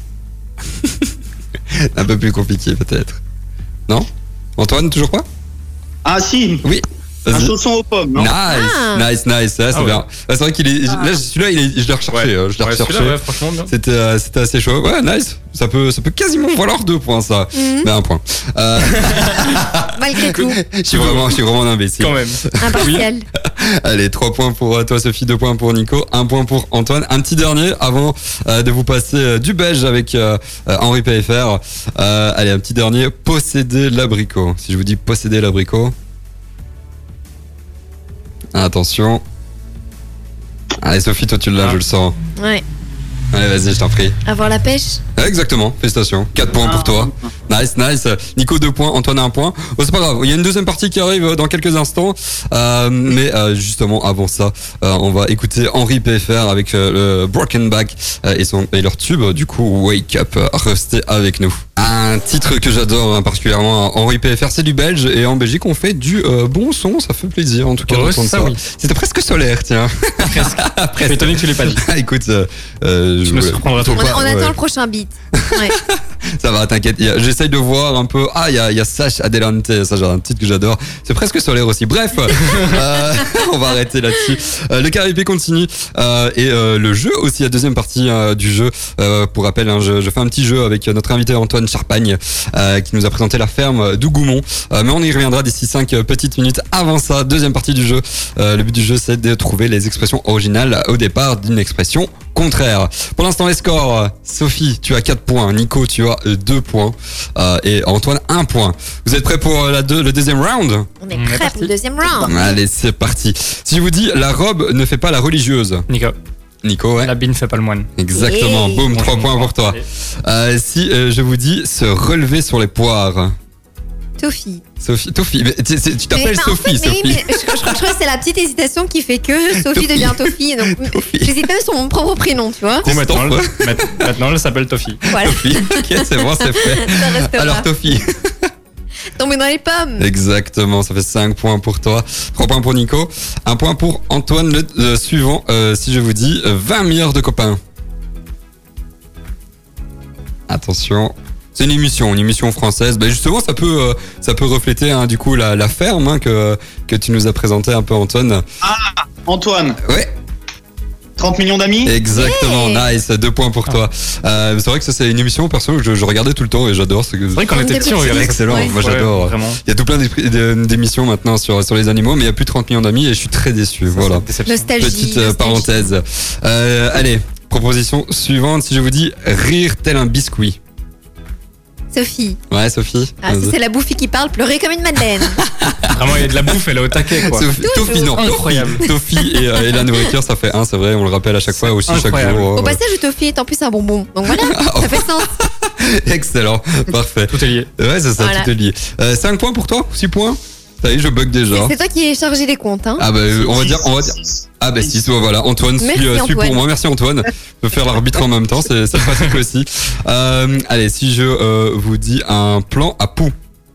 Un peu plus compliqué peut-être. Non? Antoine, toujours pas? Ah, si. Oui. Un Vas-y. chausson aux pommes, non? Nice, Ah. nice, nice, ça, c'est Ah ouais. bien. Là, c'est vrai qu'il est, là, celui-là, il est, je l'ai recherché, euh, je l'ai Ouais, recherché. celui-là, ouais, franchement, bien. C'était, euh, c'était assez chaud. Ouais, nice. Ça peut, ça peut quasiment valoir deux points, ça. Mhm. Mais un point. Euh, Malgré tout. je suis vraiment, je suis vraiment un imbécile. Quand même. Impartial. Allez, trois points pour euh, toi, Sophie, deux points pour Nico, un point pour Antoine. Un petit dernier avant euh, de vous passer euh, du belge avec euh, euh, Henri P F R. Euh, allez, un petit dernier. Posséder l'abricot. Si je vous dis posséder l'abricot. Attention. Allez, Sophie, toi, tu l'as, Ah. je le sens. Ouais. Allez, vas-y, je t'en prie. Avoir la pêche. Exactement, félicitations. quatre points pour toi. Nice, nice. Nico, deux points. Antoine, un point. Bon, c'est pas grave. Il y a une deuxième partie qui arrive dans quelques instants. Euh, mais euh, justement, avant ça, euh, on va écouter Henri P F R avec euh, le Broken Back euh, et, son, et leur tube. Du coup, Wake Up. Restez avec nous. Un titre que j'adore hein, particulièrement, Henri P F R, c'est du belge. Et en Belgique, on fait du euh, bon son. Ça fait plaisir, en tout cas, Oh, d'entendre ça, ça. oui. C'était presque solaire, tiens. Presque. Je suis étonné que tu l'aies pas dit. Écoute, euh, euh, Tu me je- surprendras faut tout. On, pas- on ouais. attend le prochain beat. Ouais. Ça va, t'inquiète. Il y a- J'essaye de voir un peu. Ah, il y a, il y a Sash Adelante. Ça, j'ai un titre que j'adore. C'est presque solaire aussi. Bref, euh, on va arrêter là-dessus. Euh, le Caribé continue. Euh, et euh, le jeu aussi, la deuxième partie euh, du jeu. Euh, pour rappel, hein, je, je fais un petit jeu avec notre invité Antoine Charpagne euh, qui nous a présenté la ferme d'Ougoumont. Euh, mais on y reviendra d'ici cinq petites minutes. Avant ça, deuxième partie du jeu. Euh, le but du jeu, c'est de trouver les expressions originales au départ d'une expression contraire. Pour l'instant, les scores. Sophie, tu as quatre points. Nico, tu as deux points. Euh, et Antoine, un point. Vous êtes prêts pour la deux, le deuxième round? On est On est prêt parti. pour le deuxième round. Allez, c'est parti. Si je vous dis la robe ne fait pas la religieuse. Nico. Nico, ouais. L'habit ne fait pas le moine. Exactement. Yeah. Boum, trois points pour toi. Allez. Euh, si euh, je vous dis se relever sur les poires. Sophie. Sophie, Sophie, mais tu tu t'appelles Mais- mais en Sophie, fait, mais- Sophie. mais je, je crois je crois que c'est la petite hésitation qui fait que Sophie devient Tophie. Donc, j'hésite même sur mon propre prénom, tu vois. Bon, maintenant, Stop. elle- maintenant, maintenant, elle s'appelle Toffee. Voilà. Sophie, ok, c'est bon, c'est fait. Ça restera. Alors, Sophie. Tomber dans les pommes. Exactement, ça fait cinq points pour toi, trois points pour Nico, un point pour Antoine. Le euh, suivant, euh, si je vous dis euh, vingt milliards de copains. Attention, C'est une émission, une émission française. Ben justement, ça peut, euh, ça peut refléter hein, du coup la, la ferme hein, que que tu nous as présenté un peu, Antoine. Ah, Antoine. Ouais. trente millions d'amis. Exactement, yeah. Nice, deux points pour ah. toi. Euh, c'est vrai que ça c'est une émission perso que je, je regardais tout le temps et j'adore. C'est, c'est vrai qu'on était petits, on regardait. Excellent, ouais. moi j'adore. Ouais, vraiment. Il y a tout plein d'émissions maintenant sur sur les animaux, mais il y a plus de trente millions d'amis et je suis très déçu. Ça, voilà. Nostalgie. Petite euh, nostalgie. parenthèse. Euh, allez, proposition suivante. Si je vous dis rire tel un biscuit. Sophie. Ouais, Sophie. Ah, ça, c'est la bouffie qui parle, pleurer comme une madeleine. Vraiment, il y a de la bouffe, elle est au taquet, quoi. Sophie, Sophie non, incroyable. Sophie et, euh, et la nourriture, ça fait un, c'est vrai, on le rappelle à chaque fois, aussi incroyable. Chaque jour. Au passage, Toffee est en plus un bonbon. Donc voilà, ça fait sens. Excellent, parfait. Tout est lié. Ouais, c'est ça, voilà. Tout est lié. Euh, cinq points pour toi, six points. Ça y est, je bug déjà. C'est, c'est toi qui es chargé des comptes, hein. Ah bah, on va dire, on va dire. Ah bah six, voilà. Antoine, suis, euh, suis pour moi. Merci Antoine. Je peux faire l'arbitre en même temps, c'est, c'est pratique aussi. Euh, allez, si je euh, vous dis un plan à poux.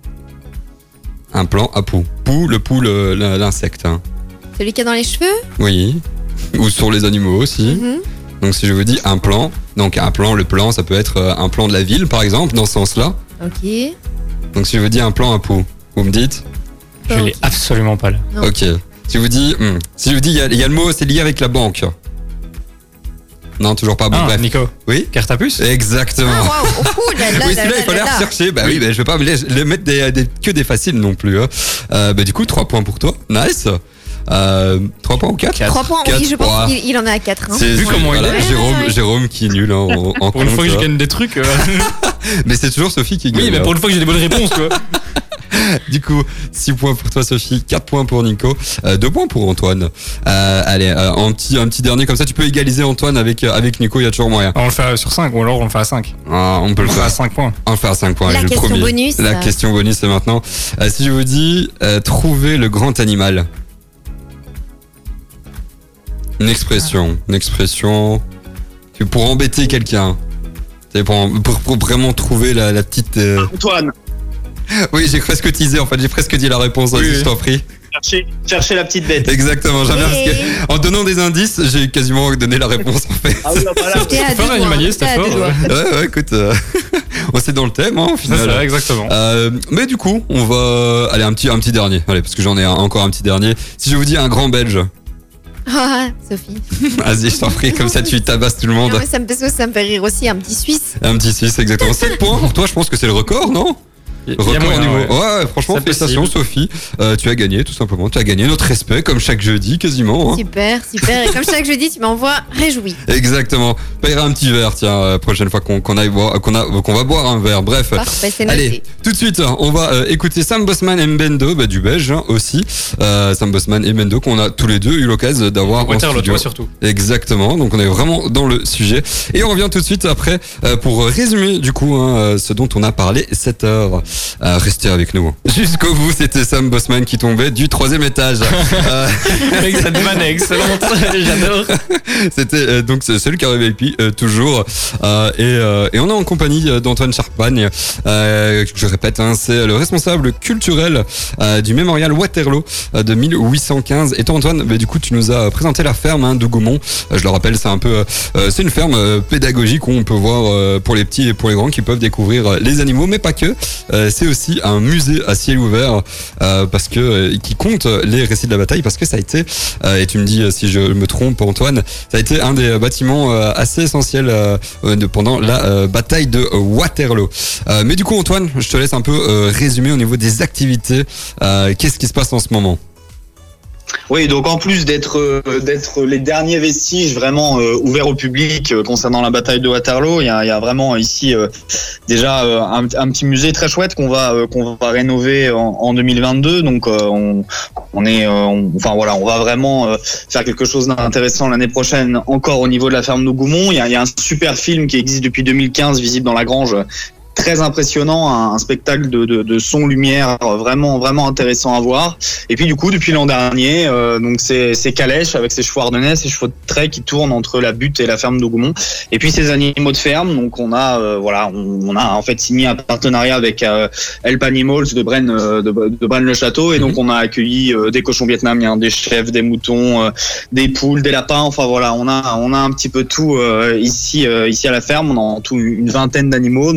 Un plan à poux. Poux, le poux, le, l'insecte. Hein. Celui qui a dans les cheveux. Oui. Ou sur les animaux aussi. Mm-hmm. Donc si je vous dis un plan, donc un plan, le plan, ça peut être un plan de la ville par exemple, dans ce sens-là. Ok. Donc si je vous dis un plan à poux, vous me dites? Je l'ai okay. absolument pas là. Non. Ok. Si je vous dis, hmm, si je vous dis, il y, y a le mot, c'est lié avec la banque. Non, toujours pas. Bon, ah, bref. Nico. Oui. Carte à puce. Exactement. Ah, wow. Oh, là, là, oui, là, celui-là, là, il fallait là, là. rechercher. Bah oui, oui bah, je vais pas les, les mettre des, des, que des faciles non plus. Hein. Euh, bah du coup, trois points pour toi. Nice. Euh, trois points ou quatre? Trois points, quatre. Oui, je pense wow. qu'il il en a quatre. Hein. C'est vu comment voilà, il est. Jérôme, Jérôme qui est nul hein, en, en Pour une fois que je gagne des trucs. Euh... mais c'est toujours Sophie qui gagne. Oui, mais pour une fois que j'ai des bonnes réponses, quoi. Du coup, six points pour toi Sophie, quatre points pour Nico, euh, deux points pour Antoine. Euh, allez, euh, un petit un petit dernier comme ça, tu peux égaliser Antoine avec euh, avec Nico, il y a toujours moyen. On le fait sur cinq ou alors on le fait à cinq. Ah, on peut on le faire à cinq points. On le fait à cinq points, La je question promis. bonus. La question bonus c'est maintenant. Euh, si je vous dis euh, trouver le grand animal. Une expression, une expression pour embêter quelqu'un. C'est pour, pour, pour vraiment trouver la, la petite. Euh... Antoine. Oui, j'ai presque teasé, en fait, j'ai presque dit la réponse, oui, oui. Je t'en prie. Chercher, chercher la petite bête. Exactement, j'aime bien parce que en donnant des indices, j'ai quasiment donné la réponse en fait. Ah oui, voilà. C'était fort animalier, c'était fort. Ouais, ouais, écoute, euh, on est dans le thème, hein, au final. C'est ça, exactement. Euh, mais du coup, on va aller un petit, un petit dernier, allez, parce que j'en ai un, encore un petit dernier. Si je vous dis un grand Belge. Ah, Sophie. Vas-y, je t'en prie, comme ça tu tabasses tout le monde. Non, mais ça me, ça me fait rire aussi, un petit Suisse. Un petit Suisse, exactement. sept points pour toi, je pense que c'est le record, non? Record moyen, niveau. Ouais, ouais franchement, félicitations Sophie. Euh, tu as gagné, tout simplement. Tu as gagné notre respect, comme chaque jeudi, quasiment. Hein. Super, super. Et comme chaque jeudi, tu m'envoies réjoui. Exactement. Payera un petit verre, tiens, euh, prochaine fois qu'on, qu'on aille boire, qu'on, a, qu'on va boire un verre. Bref. Parfait, c'est noté. Allez, tout de suite, on va euh, écouter Sam Bossman et Mbendo, bah, du Belge hein, aussi. Euh, Sam Bossman et Mbendo, qu'on a tous les deux eu l'occasion d'avoir en studio. Toi surtout. Exactement. Donc on est vraiment dans le sujet. Et on revient tout de suite après euh, pour résumer du coup hein, ce dont on a parlé cette heure. Euh, restez avec nous. Jusqu'au bout, c'était Sam Bossman qui tombait du troisième étage. euh... Avec cette vanne excellente, j'adore. C'était euh, donc c'est le carré V I P euh, toujours euh, et, euh, et on est en compagnie d'Antoine Charpagne. Euh, je répète, hein, c'est le responsable culturel euh, du mémorial Waterloo euh, de mille huit cent quinze. Et toi, Antoine, bah, du coup, tu nous as présenté la ferme hein, d'Hougoumont. Euh, je le rappelle, c'est un peu, euh, c'est une ferme euh, pédagogique où on peut voir euh, pour les petits et pour les grands qui peuvent découvrir euh, les animaux, mais pas que. Euh, c'est aussi un musée à ciel ouvert euh, parce que euh, qui compte les récits de la bataille parce que ça a été euh, et tu me dis euh, si je me trompe Antoine, ça a été un des bâtiments euh, assez essentiels euh, de, pendant la euh, bataille de Waterloo. Euh, mais du coup Antoine, je te laisse un peu euh, résumer au niveau des activités. Euh, qu'est-ce qui se passe en ce moment? Oui, donc en plus d'être euh, d'être les derniers vestiges vraiment euh, ouverts au public euh, concernant la bataille de Waterloo, il y a, il y a vraiment ici euh, déjà euh, un, un petit musée très chouette qu'on va euh, qu'on va rénover en, en deux mille vingt-deux. Donc euh, on on est euh, on, enfin voilà, on va vraiment euh, faire quelque chose d'intéressant l'année prochaine encore au niveau de la ferme d'Hougoumont. Il y a, il y a un super film qui existe depuis deux mille quinze, visible dans la Grange. Très impressionnant, un, un spectacle de, de, de son, lumière, vraiment vraiment intéressant à voir. Et puis du coup, depuis l'an dernier, euh, donc c'est c'est Calèche avec ses chevaux ardennais, ses chevaux de trait qui tournent entre la butte et la ferme d'Hougoumont. Et puis ces animaux de ferme, donc on a euh, voilà, on, on a en fait signé un partenariat avec euh, Help Animals de Braine euh, de, de Braine-le-Château, et donc on a accueilli euh, des cochons vietnamiens, des chèvres, des moutons, euh, des poules, des lapins. Enfin voilà, on a on a un petit peu tout euh, ici euh, ici à la ferme. On a en tout une vingtaine d'animaux, donc euh,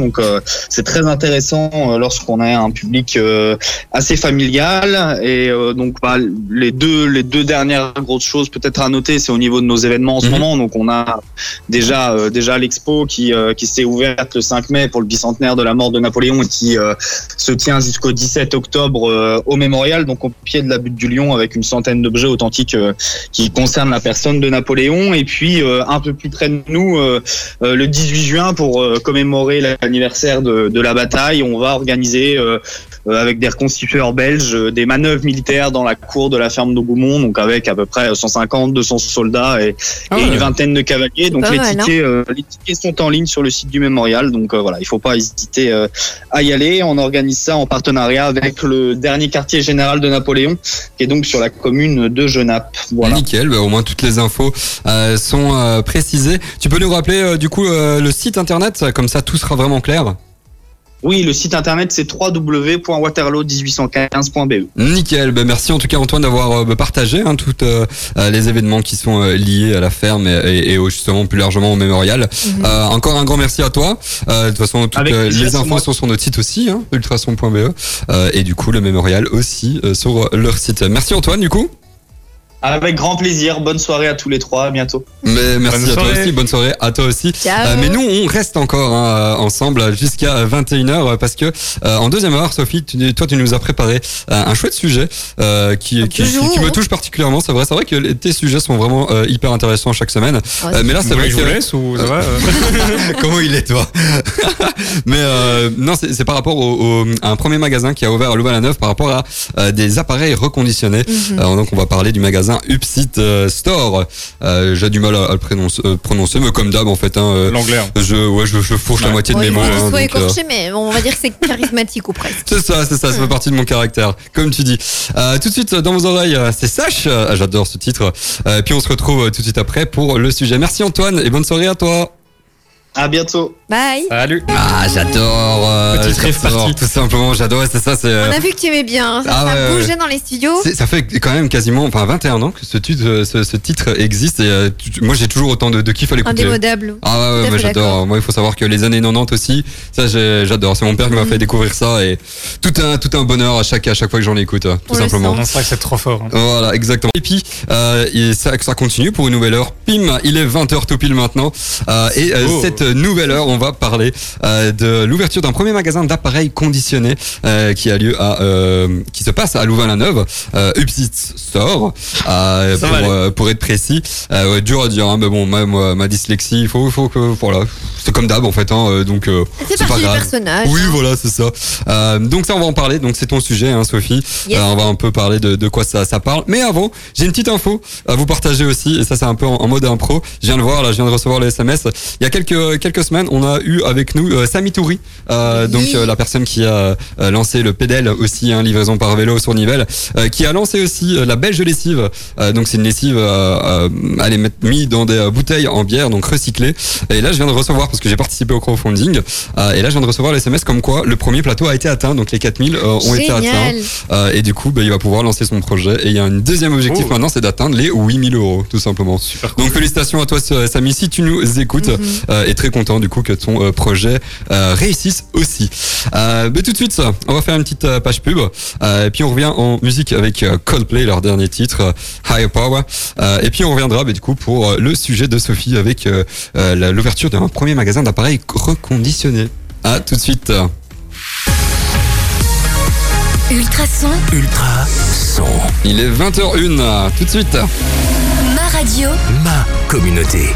c'est très intéressant euh, lorsqu'on a un public euh, assez familial. Et euh, donc bah, les deux les deux dernières grosses choses peut-être à noter, c'est au niveau de nos événements en ce mmh. moment. Donc on a déjà euh, déjà l'expo qui euh, qui s'est ouverte le cinq mai pour le bicentenaire de la mort de Napoléon et qui euh, se tient jusqu'au dix-sept octobre euh, au Mémorial, donc au pied de la butte du Lion, avec une centaine d'objets authentiques euh, qui concernent la personne de Napoléon. Et puis euh, un peu plus près de nous, euh, euh, le dix-huit juin, pour euh, commémorer l'anniversaire de, de la bataille, on va organiser euh, euh, avec des reconstitueurs belges euh, des manœuvres militaires dans la cour de la ferme d'Augoumont, donc avec à peu près cent cinquante deux cents soldats et, ah ouais. et une vingtaine de cavaliers. Donc les tickets, euh, les tickets sont en ligne sur le site du Mémorial, donc euh, voilà, il faut pas hésiter euh, à y aller. On organise ça en partenariat avec le dernier quartier général de Napoléon, qui est donc sur la commune de Genappe. Voilà. Nickel, bah, au moins toutes les infos euh, sont euh, précisées. Tu peux nous rappeler euh, du coup euh, le site internet, comme ça tout sera vraiment clair? Oui, le site internet c'est w w w point waterloo dix-huit cent quinze point b e. Nickel, ben merci en tout cas Antoine d'avoir euh, partagé hein, tous euh, les événements qui sont euh, liés à la ferme et, et, et justement plus largement au mémorial. Mm-hmm. Euh, encore un grand merci à toi. Euh, de toute façon, toutes euh, les infos sont sur notre site aussi, hein, ultrason point b e, euh, et du coup le mémorial aussi euh, sur leur site. Merci Antoine du coup. Avec grand plaisir. Bonne soirée à tous les trois. À bientôt. Mais merci bonne à soirée. toi aussi. Bonne soirée à toi aussi. Euh, mais nous, on reste encore hein, ensemble jusqu'à vingt et une heures parce que euh, en deuxième heure, Sophie, tu, toi, tu nous as préparé euh, un chouette sujet euh, qui, qui, qui, qui me touche particulièrement. C'est vrai, c'est vrai que tes sujets sont vraiment euh, hyper intéressants chaque semaine. Ouais. Euh, mais là, c'est vrai que je vous laisse ou ça va comment il est toi Mais euh, non, c'est, c'est par rapport au, au, à un premier magasin qui a ouvert à Louvain-la-Neuve par rapport à euh, des appareils reconditionnés. Mm-hmm. Euh, donc, on va parler du magasin Upsit euh, Store. Euh, j'ai du mal à, à le prononcer, euh, prononcer, mais comme d'hab en fait. Hein, euh, L'anglais. Hein. Je, ouais, je, je fourche ouais. la moitié ouais, de mes mots. Hein, soit donc, écorché, euh... mais on va dire que c'est charismatique ou presque. C'est ça, c'est ça, ça fait partie de mon caractère, comme tu dis. Euh, tout de suite dans vos oreilles, c'est Sash. Ah, j'adore ce titre. Euh, puis on se retrouve tout de suite après pour le sujet. Merci Antoine et bonne soirée à toi. À bientôt. Bye. Salut. Ah, j'adore. Euh, Petite rêve partie. Tout simplement, j'adore. C'est ça. C'est. On a vu que tu aimais bien. Ça, ah, ça ouais, bougeait ouais. dans les studios. C'est, ça fait quand même quasiment, enfin, vingt et un ans que ce titre, ce, ce titre existe. Et euh, tu, moi, j'ai toujours autant de, de kiff à l'écouter. Indémodable. Ah ouais, ouais moi j'adore. D'accord. Moi, il faut savoir que les années quatre-vingt-dix aussi, ça, j'ai, j'adore. C'est mon père qui m'a mmh. fait découvrir ça et tout un, tout un bonheur à chaque, à chaque fois que j'en écoute, tout On simplement. C'est vrai que c'est trop fort. Hein. Voilà, exactement. Et puis, euh, et ça, ça continue pour une nouvelle heure. Pim, il est vingt heures tout pile maintenant. Euh, et euh, oh. cette nouvelle heure, on va parler euh, de l'ouverture d'un premier magasin d'appareils conditionnés euh, qui a lieu à, euh, qui se passe à Louvain-la-Neuve, euh, Upsit Store, euh, pour, euh, pour être précis. Euh, ouais, dur à dire, hein, mais bon, ma, ma, ma dyslexie, il faut, faut que, voilà, c'est comme d'hab en fait, hein, donc euh, c'est, c'est pas grave. Personnage. Oui, voilà, c'est ça. Euh, donc ça, on va en parler. Donc c'est ton sujet, hein, Sophie. Yes. Euh, on va un peu parler de, de quoi ça, ça parle. Mais avant, j'ai une petite info à vous partager aussi, et ça c'est un peu en, en mode impro. Je viens de voir, là, je viens de recevoir le S M S. Il y a quelques quelques semaines, on a eu avec nous euh, Samy Toury, euh, oui. donc euh, la personne qui a euh, lancé le Pédel aussi, hein, livraison par vélo sur Nivelles, euh, qui a lancé aussi euh, la Belge lessive. Euh, donc c'est une lessive euh, euh, à les mettre mis dans des euh, bouteilles en bière, donc recyclées. Et là, je viens de recevoir parce que j'ai participé au crowdfunding. Euh, et là, je viens de recevoir le S M S comme quoi le premier plateau a été atteint, donc les quatre mille euh, ont Génial. été atteints. Euh, et du coup, bah, il va pouvoir lancer son projet. Et il y a un deuxième objectif oh. maintenant, c'est d'atteindre les huit mille euros, tout simplement. Super cool. Donc félicitations à toi, Samy, si tu nous écoutes, mm-hmm. euh, et très content du coup que ton euh, projet euh, réussisse aussi. Euh, mais tout de suite, on va faire une petite euh, page pub, euh, et puis on revient en musique avec euh, Coldplay, leur dernier titre, euh, Higher Power. Euh, et puis on reviendra, bah, du coup, pour euh, le sujet de Sophie avec euh, euh, la, l'ouverture d'un premier magasin d'appareils reconditionnés. À tout de suite. Ultrason. Ultrason. Il est vingt heures une, tout de suite. Ma radio. Ma communauté.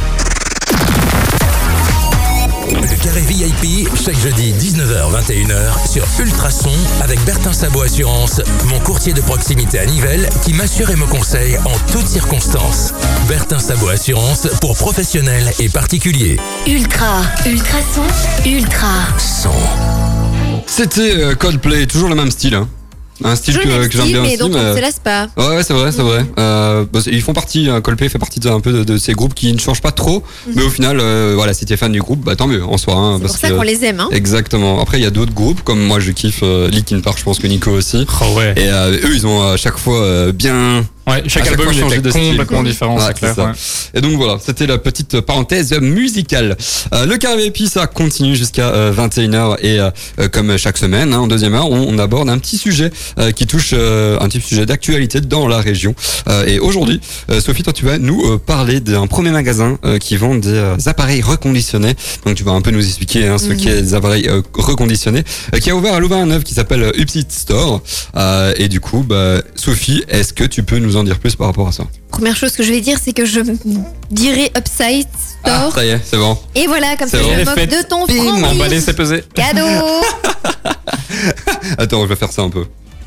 Le carré V I P, chaque jeudi dix-neuf heures vingt et une heures sur Ultrason avec Bertin Sabot Assurance, mon courtier de proximité à Nivelles qui m'assure et me conseille en toutes circonstances. Bertin Sabot Assurance pour professionnels et particuliers. Ultra, Ultrason, Ultra Son. C'était Coldplay, toujours le même style, hein. Un style que, que j'aime bien mais aussi. donc mais on ne se lasse pas. Ouais, ouais c'est vrai, c'est vrai. Euh, bah, ils font partie, Coldplay fait partie de, un peu de, de ces groupes qui ne changent pas trop, mm-hmm. mais au final, euh, voilà, si t'es fan du groupe, bah tant mieux en soi. Hein, c'est parce pour ça que, qu'on les aime. Hein. Exactement. Après, il y a d'autres groupes, comme moi je kiffe euh, Linkin Park, je pense que Nico aussi. Oh ouais. Et euh, eux, ils ont à chaque fois euh, bien Ouais, chaque À chaque album fois il changer était de style, complètement quoi. différent, Ouais, c'est clair. ça. Ouais. Et donc voilà, c'était la petite parenthèse musicale. Euh, le Carré V I P, ça continue jusqu'à euh, vingt et une heures et euh, euh, comme chaque semaine, hein, en deuxième heure, on, on aborde un petit sujet euh, qui touche euh, un petit sujet d'actualité dans la région. Euh, et aujourd'hui, euh, Sophie, toi tu vas nous euh, parler d'un premier magasin euh, qui vend des euh, appareils reconditionnés. Donc tu vas un peu nous expliquer hein, ce Mhm. qu'est des appareils euh, reconditionnés, euh, qui a ouvert à Louvain-la-Neuve, qui s'appelle euh, Upside Store. Euh, et du coup, bah, Sophie, est-ce que tu peux nous en dire plus par rapport à ça? Première chose que je vais dire, c'est que je dirais Upside Ah, Store. ça y est, c'est bon. Et voilà, comme C'est ça, bon. je me Elle est moque faite. de ton Bing, franc Emballé, prix. c'est pesé. Cadeau. Attends, je vais faire ça un peu.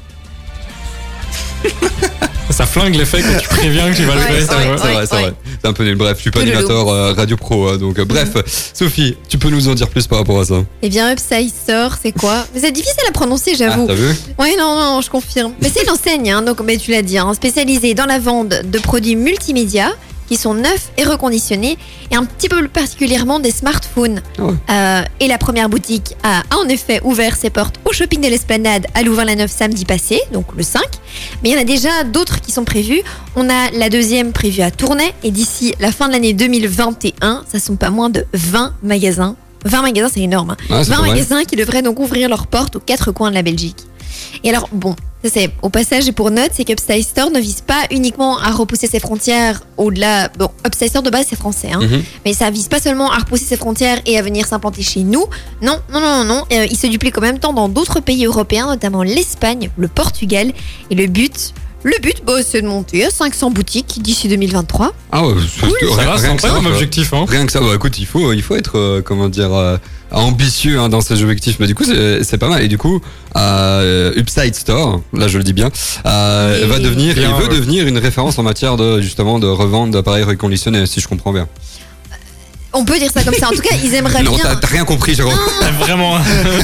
Ça flingue l'effet quand tu préviens que tu vas le Ouais, faire. ouais, ça va. C'est vrai, c'est ouais. vrai. C'est un peu nul. Bref, je suis pas Que le animateur euh, radio pro. hein, donc, euh, bref, Sophie, tu peux nous en dire plus par rapport à ça? Eh bien, Upside Store, c'est quoi? Mais c'est difficile à prononcer, Ah, j'avoue. t'as vu? Oui, non, non, je confirme. Mais c'est une enseigne, hein, donc, mais tu l'as dit, hein, spécialisée dans la vente de produits multimédia qui sont neufs et reconditionnés, et un petit peu plus particulièrement des smartphones. Ah ouais. Euh, et la première boutique a, a en effet ouvert ses portes au shopping de l'Esplanade à Louvain-la-Neuve samedi passé, donc le cinq. Mais il y en a déjà d'autres qui sont prévus. On a la deuxième prévue à Tournai, et d'ici la fin de l'année deux mille vingt et un, ça sont pas moins de vingt magasins. vingt magasins, c'est énorme. Hein. Ouais, c'est vingt pas mal. magasins qui devraient donc ouvrir leurs portes aux quatre coins de la Belgique. Et alors, bon, ça c'est au passage et pour note, c'est qu'Upside Store ne vise pas uniquement à repousser ses frontières au-delà. Bon, Upside Store de base c'est français, hein, Mhm. mais ça vise pas seulement à repousser ses frontières et à venir s'implanter chez nous. Non, non, non, non, non. Euh, il se duplique en même temps dans d'autres pays européens, notamment l'Espagne, le Portugal. Et le but, le but, bah, c'est de monter à cinq cents boutiques d'ici deux mille vingt-trois. Ah ouais, c'est- Ça rien, va, rien c'est que ça, pas comme quoi. objectif. Hein. Rien que ça, bah écoute, il faut, il faut être, euh, comment dire, euh, ambitieux hein, dans ses objectifs. Mais du coup, c'est c'est pas mal. Et du coup, euh, Upside Store, là je le dis bien, euh, Oui. va devenir, Bien, il veut ouais. devenir une référence en matière de justement de revente d'appareils reconditionnés, si je comprends bien. On peut dire ça comme ça. En tout cas, ils aimeraient Non, bien. t'as t'as rien compris, Jérôme. Vraiment.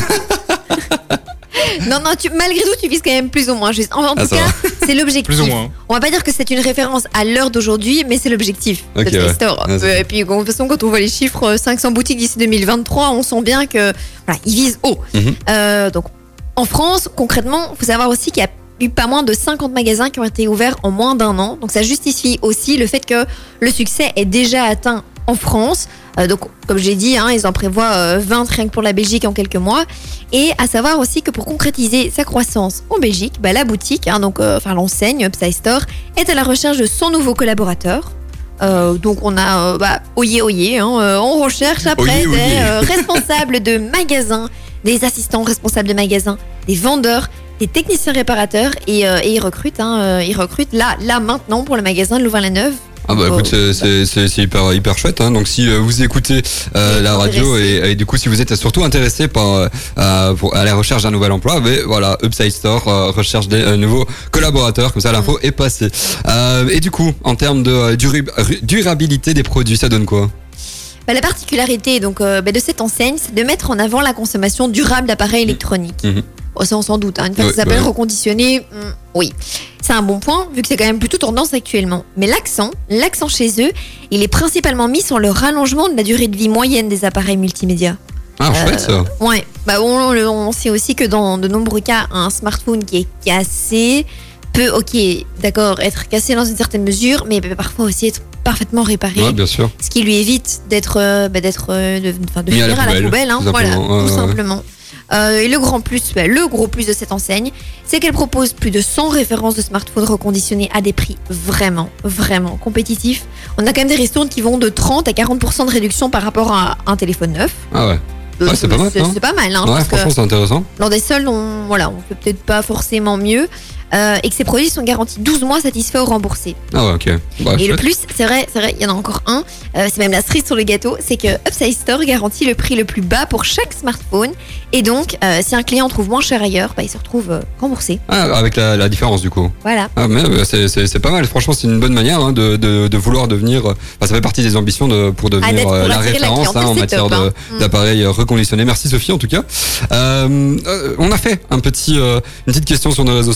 Non, non, tu, malgré tout, tu vises quand même plus ou moins juste. En, en Ah, tout ça cas, va. c'est l'objectif. Plus ou moins. On va pas dire que c'est une référence à l'heure d'aujourd'hui, mais c'est l'objectif Ok, de Upside ouais. Store. Ouais, c'est Euh, et puis, de toute façon, quand on voit les chiffres, euh, cinq cents boutiques d'ici deux mille vingt-trois, on sent bien que voilà, ils visent haut. Mhm. Euh, donc, en France, concrètement, il faut savoir aussi qu'il y a eu pas moins de cinquante magasins qui ont été ouverts en moins d'un an. Donc, ça justifie aussi le fait que le succès est déjà atteint en France. Euh, donc, comme j'ai dit, hein, ils en prévoient euh, vingt rien que pour la Belgique en quelques mois. Et à savoir aussi que pour concrétiser sa croissance en Belgique, bah, la boutique, hein, donc, euh, enfin l'enseigne Upside Store, est à la recherche de cent nouveaux collaborateurs. Euh, donc on a euh, bah, oyé oyé, hein, euh, on recherche après Oyez, oyez. des euh, responsables de magasins, des assistants responsables de magasins, des vendeurs, des techniciens réparateurs et, euh, et ils recrutent, hein, euh, ils recrutent là, là maintenant pour le magasin de Louvain-la-Neuve. Ah bah Oh. écoute, c'est- c'est c'est- c'est hyper hyper chouette. Hein. Donc si euh, vous écoutez euh, Et la radio et, intéressé. et du coup si vous êtes surtout intéressé par euh, pour, à la recherche d'un nouvel emploi, mais voilà, Upside Store euh, recherche des euh, nouveaux collaborateurs. Comme ça, l'info est passée. Euh, et du coup, en termes de euh, duri- durabilité des produits, ça donne quoi? Bah, la particularité donc, euh, bah, de cette enseigne, c'est de mettre en avant la consommation durable d'appareils électroniques. Mhm. Bon, ça, on s'en doute. Hein. Une fois Ouais, que ça s'appelle bah ouais. reconditionné, hmm, oui. C'est un bon point, vu que c'est quand même plutôt tendance actuellement. Mais l'accent, l'accent chez eux, il est principalement mis sur le rallongement de la durée de vie moyenne des appareils multimédia. Ah chouette ça. Ouais, bah, on, on- on sait aussi que dans de nombreux cas, un smartphone qui est cassé peut, ok, d'accord, être cassé dans une certaine mesure, mais peut parfois aussi être parfaitement réparé. Ouais, bien sûr. Ce qui lui évite d'être, euh, bah, d'être, euh, de, enfin, de Mis à finir la à la poubelle, poubelle, hein, tout voilà, simplement. Ouais, tout ouais, ouais. simplement. Euh, et le grand plus, bah, le gros plus de cette enseigne, c'est qu'elle propose plus de cent références de smartphones reconditionnés à des prix vraiment, vraiment compétitifs. On a quand même des ristournes qui vont de trente à quarante pour cent de réduction par rapport à un téléphone neuf. Ah ouais. Euh, Ouais, c'est pas mal, C'est hein. c'est pas mal, hein, Ouais, parce que franchement c'est intéressant. lors des soldes, on, voilà, on peut peut-être pas forcément mieux. Euh, et que ces produits sont garantis douze mois satisfaits ou remboursés. Ah ouais, ok. Bah, Et le chouette. plus, c'est vrai, c'est vrai, il y en a encore un, euh, c'est même la cerise sur le gâteau, c'est que Upside Store garantit le prix le plus bas pour chaque smartphone. Et donc, euh, si un client trouve moins cher ailleurs, bah, il se retrouve euh, remboursé. Ah, avec la, la différence du coup. Voilà. Ah mais euh, c'est c'est c'est pas mal. Franchement, c'est une bonne manière hein, de, de de vouloir devenir. euh, Enfin, ça fait partie des ambitions de pour devenir d'être- pour euh, la attirer la référence clientèle, hein, en c'est matière top, de hein. Mm. d'appareils euh, reconditionnés. Merci Sophie en tout cas. Euh, euh, on a fait un petit euh, une petite question sur nos réseaux sociaux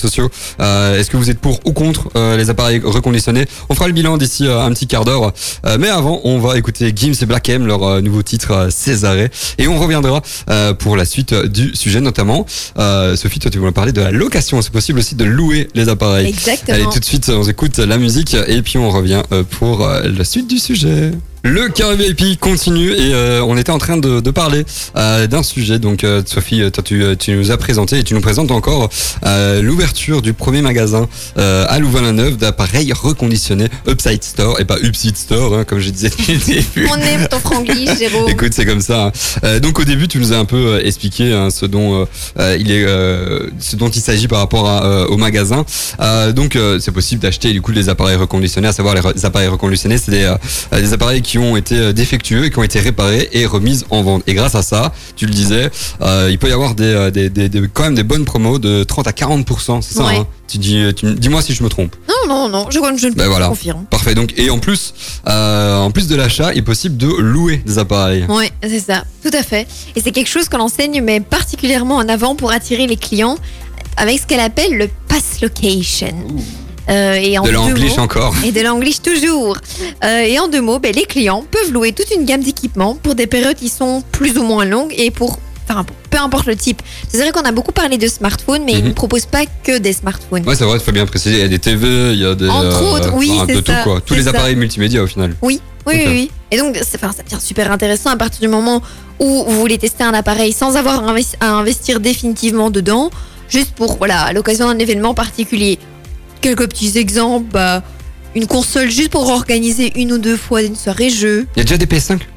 Euh, est-ce que vous êtes pour ou contre euh, les appareils reconditionnés? On fera le bilan d'ici euh, un petit quart d'heure. Euh, mais avant, on va écouter Gims et Black M, leur euh, nouveau titre euh, Césarée. Et on reviendra euh, pour la suite euh, du sujet notamment. Euh, Sophie, toi tu voulais parler de la location. C'est possible aussi de louer les appareils. Exactement. Allez, tout de suite, on écoute la musique et puis on revient euh, pour euh, la suite du sujet. Le Carré V I P continue et euh, on était en train de, de parler euh, d'un sujet. Donc euh, Sophie, toi tu, tu nous as présenté et tu nous présentes encore euh, l'ouverture du premier magasin euh, à Louvain-la-Neuve d'appareils reconditionnés Upside Store et pas Upside Store hein, comme je disais depuis le début. On aime ton franglish, Jérôme. Écoute, c'est comme ça. Hein. Euh, donc au début, tu nous as un peu euh, expliqué hein, ce dont euh, il est, euh, ce dont il s'agit par rapport à, euh, au magasin. Euh, donc euh, c'est possible d'acheter du coup des appareils reconditionnés. À savoir les, re- les appareils reconditionnés, c'est des, euh, des appareils qui ont été défectueux et qui ont été réparés et remis en vente. Et grâce à ça, tu le disais, euh, il peut y avoir des, des, des, des quand même des bonnes promos de trente à quarante pour cent. C'est ça. Ouais. Hein tu dis, tu, dis-moi si je me trompe. Non, non, non, je, je ne Ben voilà. confirme. Parfait. Donc et en plus, euh, en plus de l'achat, il est possible de louer des appareils. Oui, c'est ça, tout à fait. Et c'est quelque chose que l'enseigne met particulièrement en avant pour attirer les clients avec ce qu'elle appelle le pass location. Euh, et en De deux l'anglish mots- encore. Et de l'anglish toujours. Euh, et en deux mots, ben, les clients peuvent louer toute une gamme d'équipements pour des périodes qui sont plus ou moins longues et pour, enfin, pour- peu importe le type. C'est vrai qu'on a beaucoup parlé de smartphones, mais ils Mhm. ne proposent pas que des smartphones. Ouais, c'est vrai, il faut bien préciser. Il y a des T V, il y a des. Entre autres, oui, enfin, un c'est peu tout ça, quoi. Tous c'est les ça. appareils multimédia au final. Oui, oui, Ok. oui, oui. Et donc, c'est- enfin, ça devient super intéressant à partir du moment où vous voulez tester un appareil sans avoir à investi- à investir définitivement dedans, juste pour, voilà, à l'occasion d'un événement particulier. Quelques petits exemples, bah, une console juste pour organiser une ou deux fois une soirée jeu. Il y a déjà des P S cinq.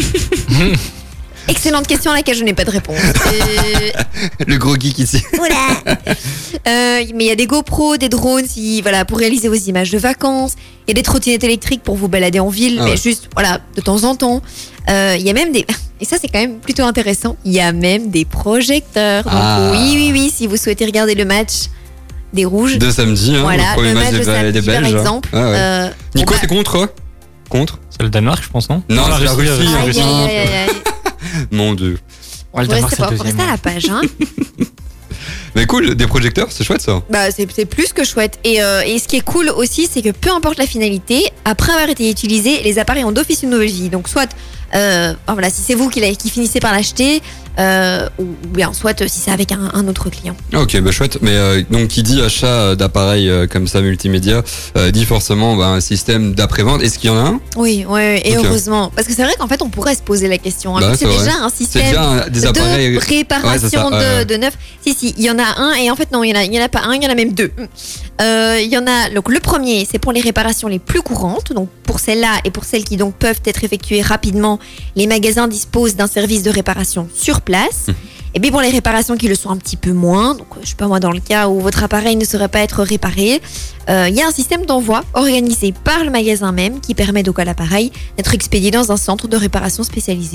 Excellente question à laquelle je n'ai pas de réponse. Euh, Le gros geek ici. Oula. Euh, mais il y a des GoPro, des drones si, voilà, pour réaliser vos images de vacances. Il y a des trottinettes électriques pour vous balader en ville, Ah mais ouais. juste voilà, de temps en temps. Euh, Il y a même des... Et ça, c'est quand même plutôt intéressant. Il y a même des projecteurs. Donc, Ah. oui, oui, oui, si vous souhaitez regarder le match des Rouges. De samedi, hein, voilà, le premier le match match des, de samedi, des Belges. par exemple. Ah ouais. Euh, Nico, bon, bah, t'es contre Contre C'est le Danemark, je pense, non Non, c'est la Russie. la en aïe, Russie. aïe, aïe, aïe, aïe. Mon dieu. Ouais, le Faut Danemark, rester c'est le pas- faut deuxième. rester à la page, hein. Mais cool, des projecteurs, c'est chouette ça. Bah, c'est c'est plus que chouette. Et, euh, et ce qui est cool aussi, c'est que peu importe la finalité, après avoir été utilisés, les appareils ont d'office une nouvelle vie. Donc, soit, euh, enfin, voilà, si c'est vous qui, l'a- qui finissez par l'acheter, euh, ou ou bien soit euh, si c'est avec un, un autre client. Ah, ok, bah chouette. Mais euh, donc qui dit achat euh, d'appareils euh, comme ça multimédia, euh, dit forcément bah, un système d'après-vente. Est-ce qu'il y en a un? Oui, ouais, et Ok. heureusement. Parce que c'est vrai qu'en fait, on pourrait se poser la question. hein, Bah, vu que c'est c'est vrai. déjà un C'est système déjà un- des appareils. de Ouais, c'est réparation ça, ouais, ouais. de, de neuf. Si, si, il y en a un, et en fait, non, il y en a, il y en a pas un, il y en a même deux. Euh, Il y en a, donc le premier, c'est pour les réparations les plus courantes. Donc pour celles-là et pour celles qui donc peuvent être effectuées rapidement, les magasins disposent d'un service de réparation sur place. Et puis pour les réparations qui le sont un petit peu moins, donc je sais pas moi, dans le cas où votre appareil ne saurait pas être réparé, euh, il y a un système d'envoi organisé par le magasin même qui permet donc à l'appareil d'être expédié dans un centre de réparation spécialisé.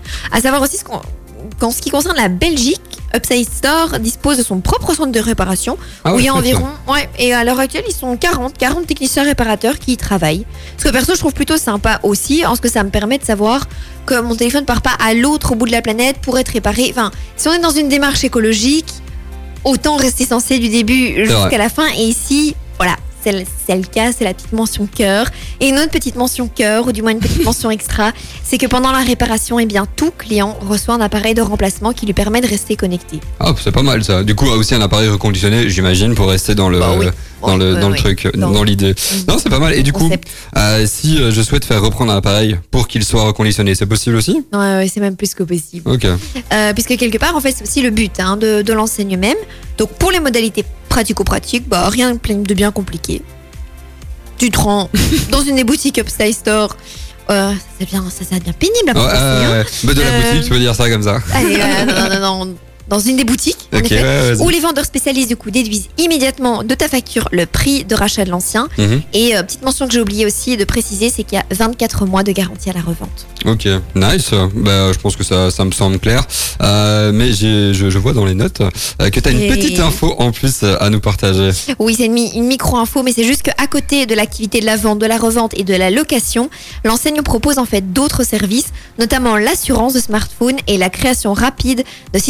À savoir aussi ce qu'on- qu'en ce qui concerne la Belgique, Upside Store dispose de son propre centre de réparation Ah où ouais, il y a chouette, ça. environ, ouais, et à l'heure actuelle ils sont quarante, quarante techniciens réparateurs qui y travaillent. Ce que perso je trouve plutôt sympa aussi, en ce que ça me permet de savoir que mon téléphone part pas à l'autre bout de la planète pour être réparé. Enfin, si on est dans une démarche écologique, autant rester sensé du début vrai. jusqu'à la fin. Et ici, voilà, c'est le, c'est le cas, c'est la petite mention cœur. Et une autre petite mention cœur, ou du moins une petite mention extra, c'est que pendant la réparation, eh bien, tout client reçoit un appareil de remplacement qui lui permet de rester connecté. Ah, c'est pas mal ça. Du coup, aussi un appareil reconditionné, j'imagine, pour rester dans le, Bah oui. dans le, Ouais, dans ouais, le truc, ouais. dans, Dans- l'idée. Non, c'est pas mal. Et du coup, Concept. euh, si euh, je souhaite faire reprendre un appareil pour qu'il soit reconditionné, c'est possible aussi? Ouais, ouais, c'est même plus que possible. Ok. Euh, puisque quelque part, en fait, c'est aussi le but hein, de, de l'enseigne même. Donc, pour les modalités pratico-pratiques, bah, rien de bien compliqué. Tu te rends dans une des boutiques Upside Store. Euh, c'est bien, ça, ça devient pénible à Ouais, penser, hein. euh, bah, de la Euh, boutique, tu peux dire ça comme ça. Allez, euh, non, non, non, dans une des boutiques, en Ok, effet, ouais, vas-y. où les vendeurs spécialistes du coup déduisent immédiatement de ta facture le prix de rachat de l'ancien. Mhm. Et euh, petite mention que j'ai oublié aussi de préciser, c'est qu'il y a vingt-quatre mois de garantie à la revente. Ok, nice. Bah, je pense que ça, ça me semble clair. Euh, mais j'ai, je, je vois dans les notes euh, que tu as une Et- petite info en plus euh, à nous partager. Oui, c'est une, mi- une micro-info, mais c'est juste qu'à côté de l'activité de la vente, de la revente et de la location, l'enseigne propose en fait d'autres services, notamment l'assurance de smartphone et la création rapide de sites internet pour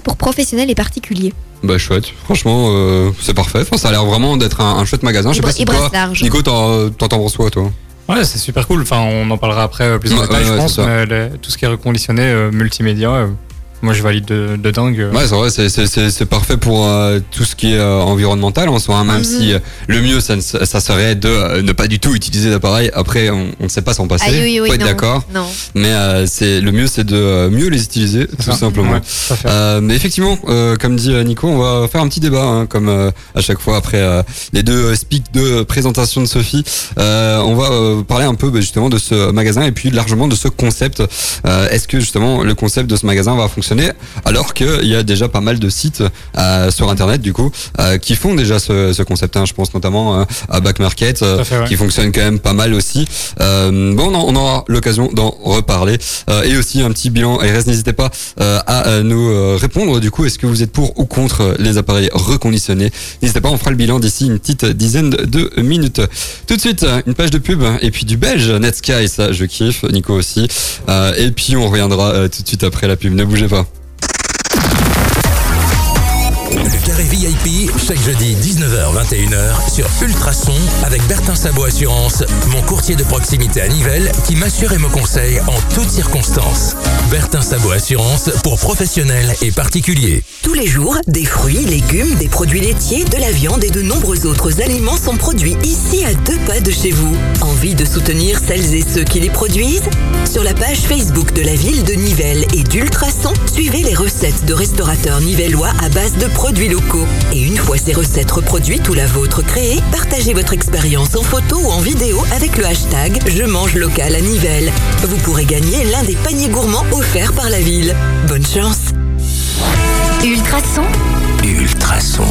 pour professionnels et particuliers. Bah chouette, franchement euh, c'est parfait. Enfin, ça a l'air vraiment d'être un, un chouette magasin. Je sais Il pas bra- si il toi, brasse large. Nico, t'en, t'en penses quoi toi? Ouais, c'est super cool. Enfin, on en parlera après euh, plus en Ouais, détail, ouais, je ouais, pense. c'est ça. Mais les- tout ce qui est reconditionné, euh, multimédia, euh, moi je valide de, de dingue. euh. Ouais, c'est vrai, c'est, c'est, c'est, c'est parfait pour euh, tout ce qui est euh, environnemental en soi, hein, même Mhm. si euh, le mieux, ça, ne- ça serait de euh, ne pas du tout utiliser d'appareil. Après, on ne sait pas s'en passer, Ah oui, oui, faut être non, d'accord. Non. Mais euh, c'est, le mieux, c'est de euh, mieux les utiliser, tout Ça. simplement. Ouais, tout à fait. Euh, mais effectivement, euh, comme dit euh, Nico, on va faire un petit débat, hein, comme euh, à chaque fois après euh, les deux euh, speaks de présentation de Sophie. Euh, on va euh, parler un peu bah, justement de ce magasin et puis largement de ce concept. Euh, est-ce que justement le concept de ce magasin va fonctionner alors qu'il y a déjà pas mal de sites euh, sur Internet du coup euh, qui font déjà ce, ce concept. Hein. Je pense notamment euh, à Back Market euh, Tout à fait, ouais. qui fonctionne quand même pas mal aussi. Euh, bon, on, en- on aura l'occasion d'en reparler euh, et aussi un petit bilan. Et reste, n'hésitez pas euh, à euh, nous euh, répondre. Du coup, est-ce que vous êtes pour ou contre les appareils reconditionnés? N'hésitez pas, on fera le bilan d'ici une petite dizaine de minutes. Tout de suite, une page de pub et puis du belge Netsky, ça je kiffe, Nico aussi. Euh, et puis on reviendra euh, tout de suite après la pub. Ne bougez pas. Le carré V I P, chaque jeudi dix-neuf heures vingt et une heures sur Ultrason avec Bertin Sabot Assurance, mon courtier de proximité à Nivelles qui m'assure et me conseille en toutes circonstances. Bertin Sabot Assurance pour professionnels et particuliers. Tous les jours, des fruits, légumes, des produits laitiers, de la viande et de nombreux autres aliments sont produits ici à deux pas de chez vous. Envie de soutenir celles et ceux qui les produisent? Sur la page Facebook de la ville de Nivelles et d'Ultrason, suivez les recettes de restaurateurs nivellois à base de produits locaux. Et une fois ces recettes reproduites ou la vôtre créée, partagez votre expérience en photo ou en vidéo avec le hashtag Je mange local à Nivelles. Vous pourrez gagner l'un des paniers gourmands offerts par la ville. Bonne chance! Ultrason. Ultrason.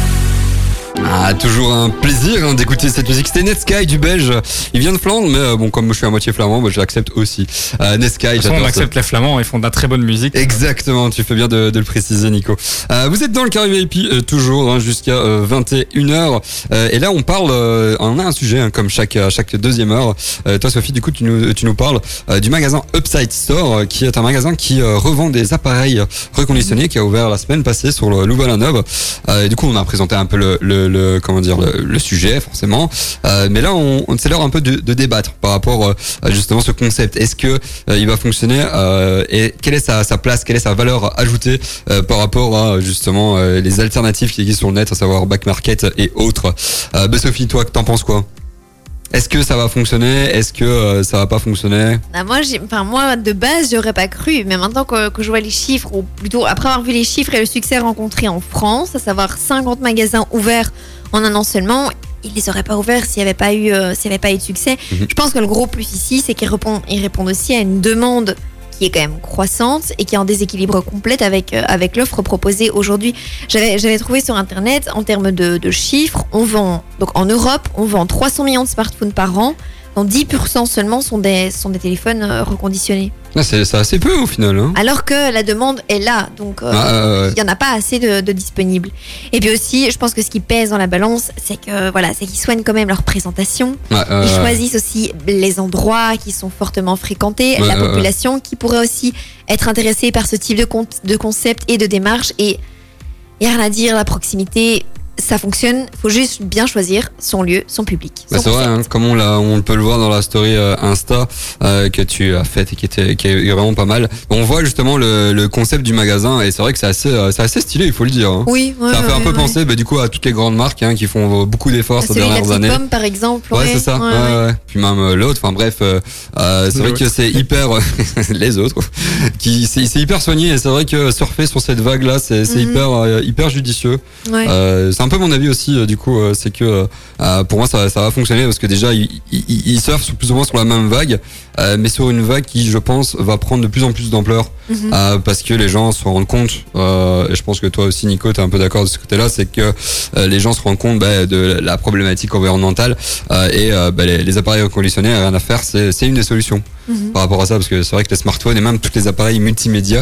Ah, toujours un plaisir hein, d'écouter cette musique. C'était Netsky du belge. Il vient de Flandre, mais euh, bon, comme je suis à moitié flamand, bah, je l'accepte aussi. Euh, Netsky, De toute façon, j'adore on ça. accepte les Flamands, ils font de la très bonne musique. Exactement, tu fais bien de, de le préciser, Nico. Euh, vous êtes dans le carré V I P euh, toujours hein, jusqu'à euh, vingt et une heures. Euh, et là, on parle, euh, on a un sujet hein, comme chaque à chaque deuxième heure. Euh, toi, Sophie, du coup, tu nous tu nous parles euh, du magasin Upside Store, euh, qui est un magasin qui euh, revend des appareils reconditionnés, qui a ouvert la semaine passée sur le Louvain-la-Neuve. Euh, et du coup, on a présenté un peu le, le, le comment dire le, le sujet, forcément. Euh, mais là, on, on c'est l'heure un peu de, de débattre par rapport euh, à justement ce concept. Est-ce que euh, il va fonctionner euh, et quelle est sa, sa place, quelle est sa valeur ajoutée euh, par rapport à justement euh, les alternatives qui existent sur le net, à savoir Back Market et autres. Euh, bah, Sophie, toi, t'en penses quoi? Est-ce que ça va fonctionner? Est-ce que euh, ça va pas fonctionner? Ah, moi, j'ai, enfin, moi, de base, j'aurais pas cru. Mais maintenant que, que je vois les chiffres, ou plutôt après avoir vu les chiffres et le succès rencontré en France, à savoir cinquante magasins ouverts en un an seulement, ils les auraient pas ouverts s'il n'y avait pas eu, euh, s'il y avait pas eu de succès. Mhm. Je pense que le gros plus ici, c'est qu'ils répondent, ils répondent aussi à une demande qui est quand même croissante et qui est en déséquilibre complet avec, euh, avec l'offre proposée aujourd'hui. J'avais, j'avais trouvé sur Internet, en termes de, de chiffres, on vend, donc en Europe, on vend trois cents millions de smartphones par an, dont dix pour cent seulement sont des, sont des téléphones euh, reconditionnés. Ah, c'est, c'est assez peu au final. Hein. Alors que la demande est là, donc euh, Ah, euh, il n'y en a pas assez de, de disponibles. Et puis aussi, je pense que ce qui pèse dans la balance, c'est que voilà, c'est qu'ils soignent quand même leur présentation. ouais, euh, Ils choisissent aussi les endroits qui sont fortement fréquentés, Ouais, la ouais, population qui pourrait aussi être intéressée par ce type de, con- de concept et de démarche. Et il n'y a rien à dire, la proximité, ça fonctionne. Il faut juste bien choisir son lieu, son public. Bah, son c'est vrai, concept. hein, comme on, l'a, on peut le voir dans la story euh, Insta euh, que tu as faite et qui était qui est vraiment pas mal. On voit justement le, le concept du magasin et c'est vrai que c'est assez, euh, c'est assez stylé, il faut le dire. Hein. Oui, ouais, Ça a fait ouais, un peu ouais. penser bah, du coup à toutes les grandes marques hein, qui font euh, beaucoup d'efforts ces Celui de la dernières petite années. pomme, par exemple. Ouais, c'est ça. ouais, Ouais, ouais. ouais. Puis même euh, l'autre. Enfin bref, euh, euh, c'est vrai L'autre. que c'est hyper les autres qui c'est, c'est hyper soigné et c'est vrai que surfer sur cette vague là, c'est, c'est Mhm. hyper euh, hyper judicieux. Ouais. Euh, c'est un peu mon avis aussi. euh, du coup, euh, c'est que euh, pour moi ça, ça va fonctionner parce que déjà ils, ils, ils surfent sur- plus ou moins sur la même vague, euh, mais sur une vague qui, je pense, va prendre de plus en plus d'ampleur. Mhm. Euh, parce que les gens se rendent compte, euh, et je pense que toi aussi Nico t'es un peu d'accord de ce côté-là, c'est que euh, les gens se rendent compte bah, de la problématique environnementale euh, et euh, bah, les, les appareils reconditionnés, rien à faire, c'est, c'est une des solutions Mhm. par rapport à ça, parce que c'est vrai que les smartphones et même tous les appareils multimédia,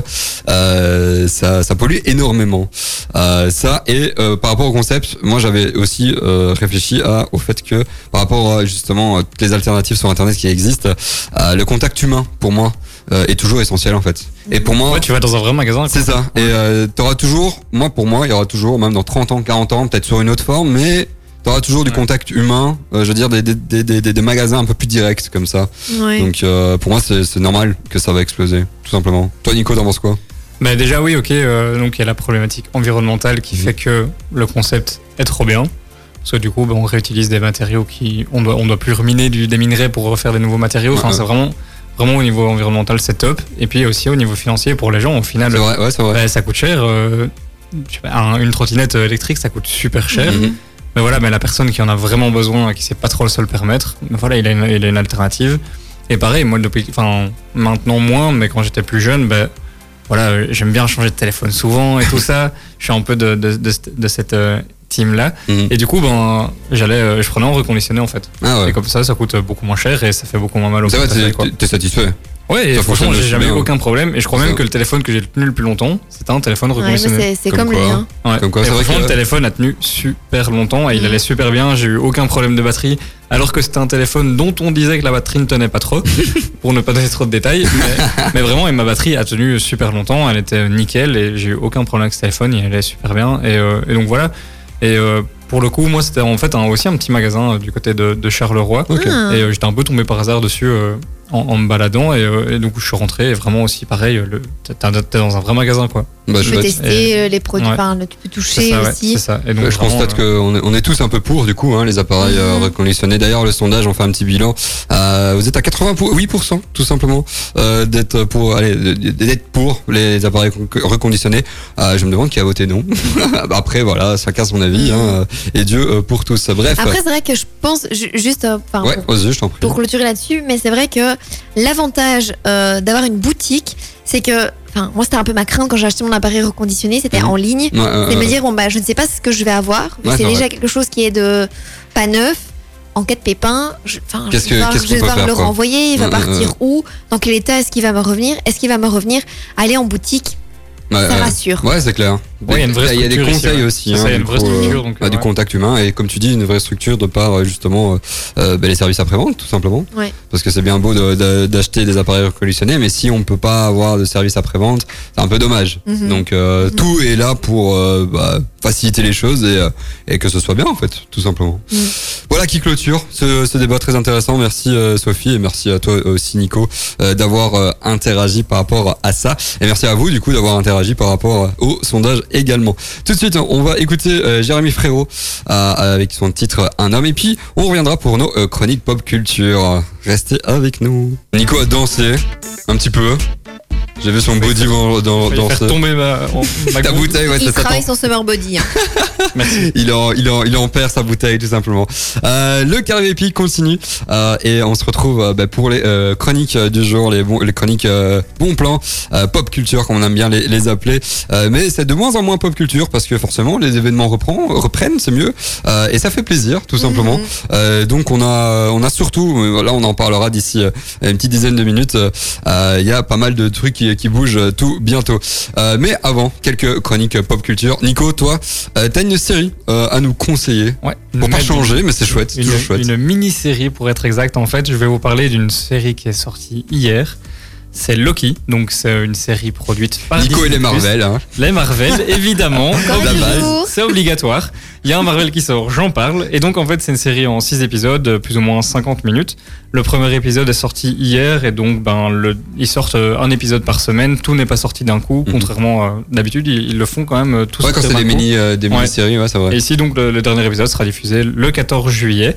euh, ça, ça pollue énormément. Euh, ça et euh, par rapport au concept, moi j'avais aussi euh, réfléchi à, au fait que par rapport à justement à toutes les alternatives sur Internet qui existent, euh, le contact humain pour moi euh, est toujours essentiel en fait. Et pour moi, Ouais, tu vas dans un vrai magasin. c'est ça. Et euh, t'auras toujours, moi pour moi, il y aura toujours, même dans trente ans, quarante ans, peut-être sur une autre forme, mais t'auras toujours du Ouais. contact humain. Euh, je veux dire des, des, des, des, des magasins un peu plus directs comme ça. Ouais. Donc euh, pour moi, c'est, c'est normal que ça va exploser, tout simplement. Toi, Nico, t'en penses quoi? Bah déjà oui, ok. euh, donc il y a la problématique environnementale qui Mhm. fait que le concept est trop bien. Parce que du coup, bah, on réutilise des matériaux qui, on doit, on doit plus reminer du, des minerais pour refaire des nouveaux matériaux. Enfin, Ouais. c'est vraiment, vraiment au niveau environnemental, c'est top. Et puis aussi au niveau financier pour les gens, au final, C'est vrai, ouais, c'est vrai. bah, ça coûte cher. euh, je sais pas, un- une trottinette électrique, ça coûte super cher. Mhm. Mais voilà, mais la personne qui en a vraiment besoin et qui sait pas trop se le permettre, ben voilà, il a une, il a une alternative. Et pareil, moi, depuis, enfin, maintenant moins, mais quand j'étais plus jeune, ben, voilà, euh, j'aime bien changer de téléphone souvent et tout ça. Je suis un peu de, de, de, de cette euh, team-là. Mhm. Et du coup, ben, j'allais, euh, je prenais en reconditionné en fait. Ah ouais. Et comme ça, ça coûte beaucoup moins cher et ça fait beaucoup moins mal au C'est vrai, portefeuille, t'es, quoi. t'es satisfait. Ouais, et ça franchement, fonctionne j'ai jamais eu bien. aucun problème. Et je crois Ça. même que le téléphone que j'ai tenu le plus longtemps, c'était un téléphone Ouais, mais reconditionné. c'est, c'est Comme comme, quoi. lui. Hein. Ouais. Comme quoi, Et c'est vrai franchement, que- le téléphone a tenu super longtemps et il Mhm. allait super bien. J'ai eu aucun problème de batterie, alors que c'était un téléphone dont on disait que la batterie ne tenait pas trop, pour ne pas donner trop de détails. Mais, mais vraiment, et ma batterie a tenu super longtemps. Elle était nickel et j'ai eu aucun problème avec ce téléphone. Il allait super bien. Et, euh, et donc voilà. Et euh, pour le coup, moi, c'était en fait un, aussi un petit magasin euh, du côté de, de Charleroi. Ok. Ah. Et euh, j'étais un peu tombé par hasard dessus euh, en, en me baladant. Et, euh, et donc, je suis rentré. Et vraiment aussi, pareil, le, t'es, t'es dans un vrai magasin, quoi. Bah, Tu peux chouette. tester euh, les produits, Ouais. enfin, le- tu peux C'est toucher ça, ouais, aussi. c'est ça. Et donc, Ouais, je vraiment, constate euh, qu'on est, on est tous un peu pour du coup hein, les appareils euh, Mhm. reconditionnés. D'ailleurs le sondage, on fait un petit bilan. Euh, vous êtes à quatre-vingt-huit pour cent tout simplement euh, d'être pour, allez, d'être pour les appareils reconditionnés. Euh, je me demande qui a voté non. Après voilà, chacun son avis Mhm. hein, et Dieu euh, pour tous. Bref. Après, c'est vrai que je pense, ju- juste, euh, enfin, ouais, pour, vas-y, je t'en prie. pour clôturer là-dessus, mais c'est vrai que l'avantage euh, d'avoir une boutique, c'est que, enfin, moi, c'était un peu ma crainte quand j'ai acheté mon appareil reconditionné, c'était Mhm. en ligne. Ouais, euh, C'est de me euh, dire, bon, bah, je ne sais pas ce que je vais avoir. Ouais, c'est c'est déjà vrai. quelque chose qui est de pas neuf. En cas de pépin, je, enfin, je Qu'est-ce vais que- devoir, qu'est-ce je qu'on vais peut devoir faire, le quoi. renvoyer, il va Mhm, partir mhm. où, dans quel état est-ce qu'il va me revenir, est-ce qu'il va me revenir, aller en boutique, ouais, ça ouais. rassure. Ouais, c'est clair. Ouais, il y a une vraie Il y a des structure ici, conseils ouais. aussi. C'est ça, hein, il y a une du vraie coup, euh, structure, donc, ouais, du ouais. contact humain et comme tu dis, une vraie structure de par euh, justement euh, euh, ben, les services après-vente, tout simplement. Ouais. Parce que c'est bien beau de- de- d'acheter des appareils reconditionnés, mais si on peut pas avoir de service après-vente, c'est un peu dommage. Mhm. Donc euh, Mhm. tout est là pour euh, bah, faciliter les choses et, euh, et que ce soit bien en fait, tout simplement. Mhm. Voilà qui clôture ce, ce débat très intéressant. Merci euh, Sophie et merci à toi aussi Nico euh, d'avoir euh, interagi par rapport à ça. Et merci à vous du coup d'avoir interagi par rapport au sondage également. Tout de suite, on va écouter euh, Jérémy Frérot euh, avec son titre Un homme et puis on reviendra pour nos euh, chroniques pop culture. Restez avec nous. Nico a dansé un petit peu. J'ai vu son body dans, dans, Failli dans faire ce- tomber ma, en- ma ta goutte. bouteille, ouais, Il ça s'attend. travaille son summer body. hein. Merci. Il en, il en, il en perd sa bouteille tout simplement. Euh, le carré épique continue euh, et on se retrouve euh, bah, pour les euh, chroniques euh, du jour, les, bons, les chroniques euh, bon plan, euh, pop culture comme on aime bien les, les appeler. Euh, mais c'est de moins en moins pop culture parce que forcément les événements reprend, reprennent, c'est mieux euh, et ça fait plaisir tout simplement. Mhm. Euh, donc on a, on a surtout, euh, là on en parlera d'ici euh, une petite dizaine de minutes. euh, Il y a pas mal de trucs qui, qui bougent euh, tout bientôt. Euh, mais avant quelques chroniques pop culture. Nico, toi, euh, t'as une série euh, à nous conseiller. Ouais. Pour pas Une- changer, mais c'est chouette, c'est Une, toujours chouette. une mini-série pour être exact. En fait, je vais vous parler d'une série qui est sortie hier. C'est Loki, donc c'est une série produite par Nico et les Disney+. Marvel, hein. Les Marvel, évidemment, Comme la toujours. base. c'est obligatoire. Il y a un Marvel qui sort, j'en parle. Et donc en fait, c'est une série en six épisodes, euh, plus ou moins cinquante minutes. Le premier épisode est sorti hier et donc ben le, ils sortent euh, un épisode par semaine. Tout n'est pas sorti d'un coup, Mhm. contrairement euh, d'habitude, ils, ils le font quand même euh, tous Ouais, quand c'est d'un des coup. mini, euh, des Ouais. mini-séries, ouais, c'est vrai. Et ici, donc, le, le dernier épisode sera diffusé le quatorze juillet.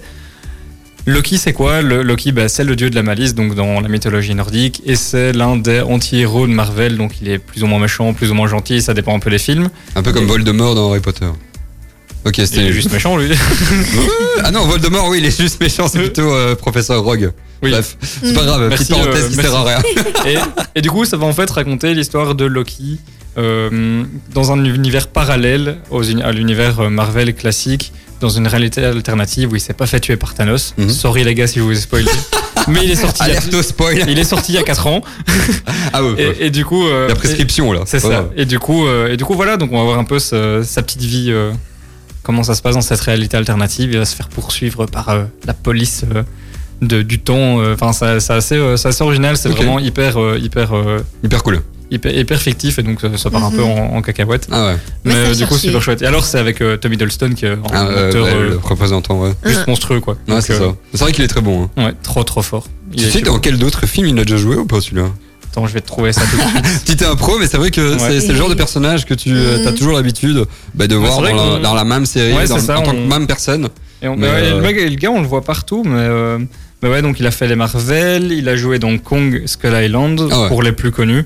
Loki, c'est quoi? Le, Loki, bah, c'est le dieu de la malice, donc dans la mythologie nordique, et c'est l'un des anti-héros de Marvel, donc il est plus ou moins méchant, plus ou moins gentil, ça dépend un peu des films. Un peu comme Voldemort dans Harry Potter. Ok, Il c'était est juste méchant, lui. Ah non, Voldemort, oui, il est juste méchant, c'est plutôt euh, professeur Rogue. Oui. Bref, c'est pas grave, Merci, petite parenthèse euh, qui merci. sert à rien. et, et du coup, ça va en fait raconter l'histoire de Loki euh, dans un univers parallèle aux uni- à l'univers euh, Marvel classique, dans une réalité alternative où il s'est pas fait tuer par Thanos. Mhm. Sorry les gars si je vous ai spoilé. Mais il est sorti il y a- Alerte au spoil. il est sorti il y a quatre ans. Ah ouais, ouais. Et, et du coup. euh, La prescription, là. C'est pas ça. grave. Et du coup, euh, et du coup, voilà. Donc, on va voir un peu ce- sa petite vie, euh, comment ça se passe dans cette réalité alternative. Il va se faire poursuivre par euh, la police euh, de du temps. Enfin, euh, c'est assez, euh, c'est assez original. C'est Ok. vraiment hyper, euh, hyper, euh, Hyper cool. hyper, hyper fictif et donc ça, ça part un Mhm. peu en, en cacahuète. Ah ouais. Mais Mais ça euh, du coup, cherchait. super chouette. Et alors, c'est avec euh, Tom Hiddleston qui est un Ah, euh, acteur ouais, euh, le représentant, ouais. juste Ah. monstrueux, quoi. Ouais, Donc, c'est euh, ça. C'est vrai qu'il est très bon. Hein. Ouais, trop, trop fort. Il Tu est sais super. dans quel d'autres films il a déjà joué ou pas celui-là? Attends, je vais te trouver ça tout de suite. Petite impro, mais c'est vrai que Ouais. c'est, c'est le genre de personnage que tu Mhm. as toujours l'habitude bah, de Ouais, voir c'est vrai dans la, qu'on- dans la même série, Ouais, dans, c'est ça, en tant on- que même personne. Et, on- Mais, bah ouais, euh, le, mec, le gars, on le voit partout, mais, euh, mais ouais, donc il a fait les Marvel, il a joué dans Kong Skull Island Ah ouais. pour les plus connus.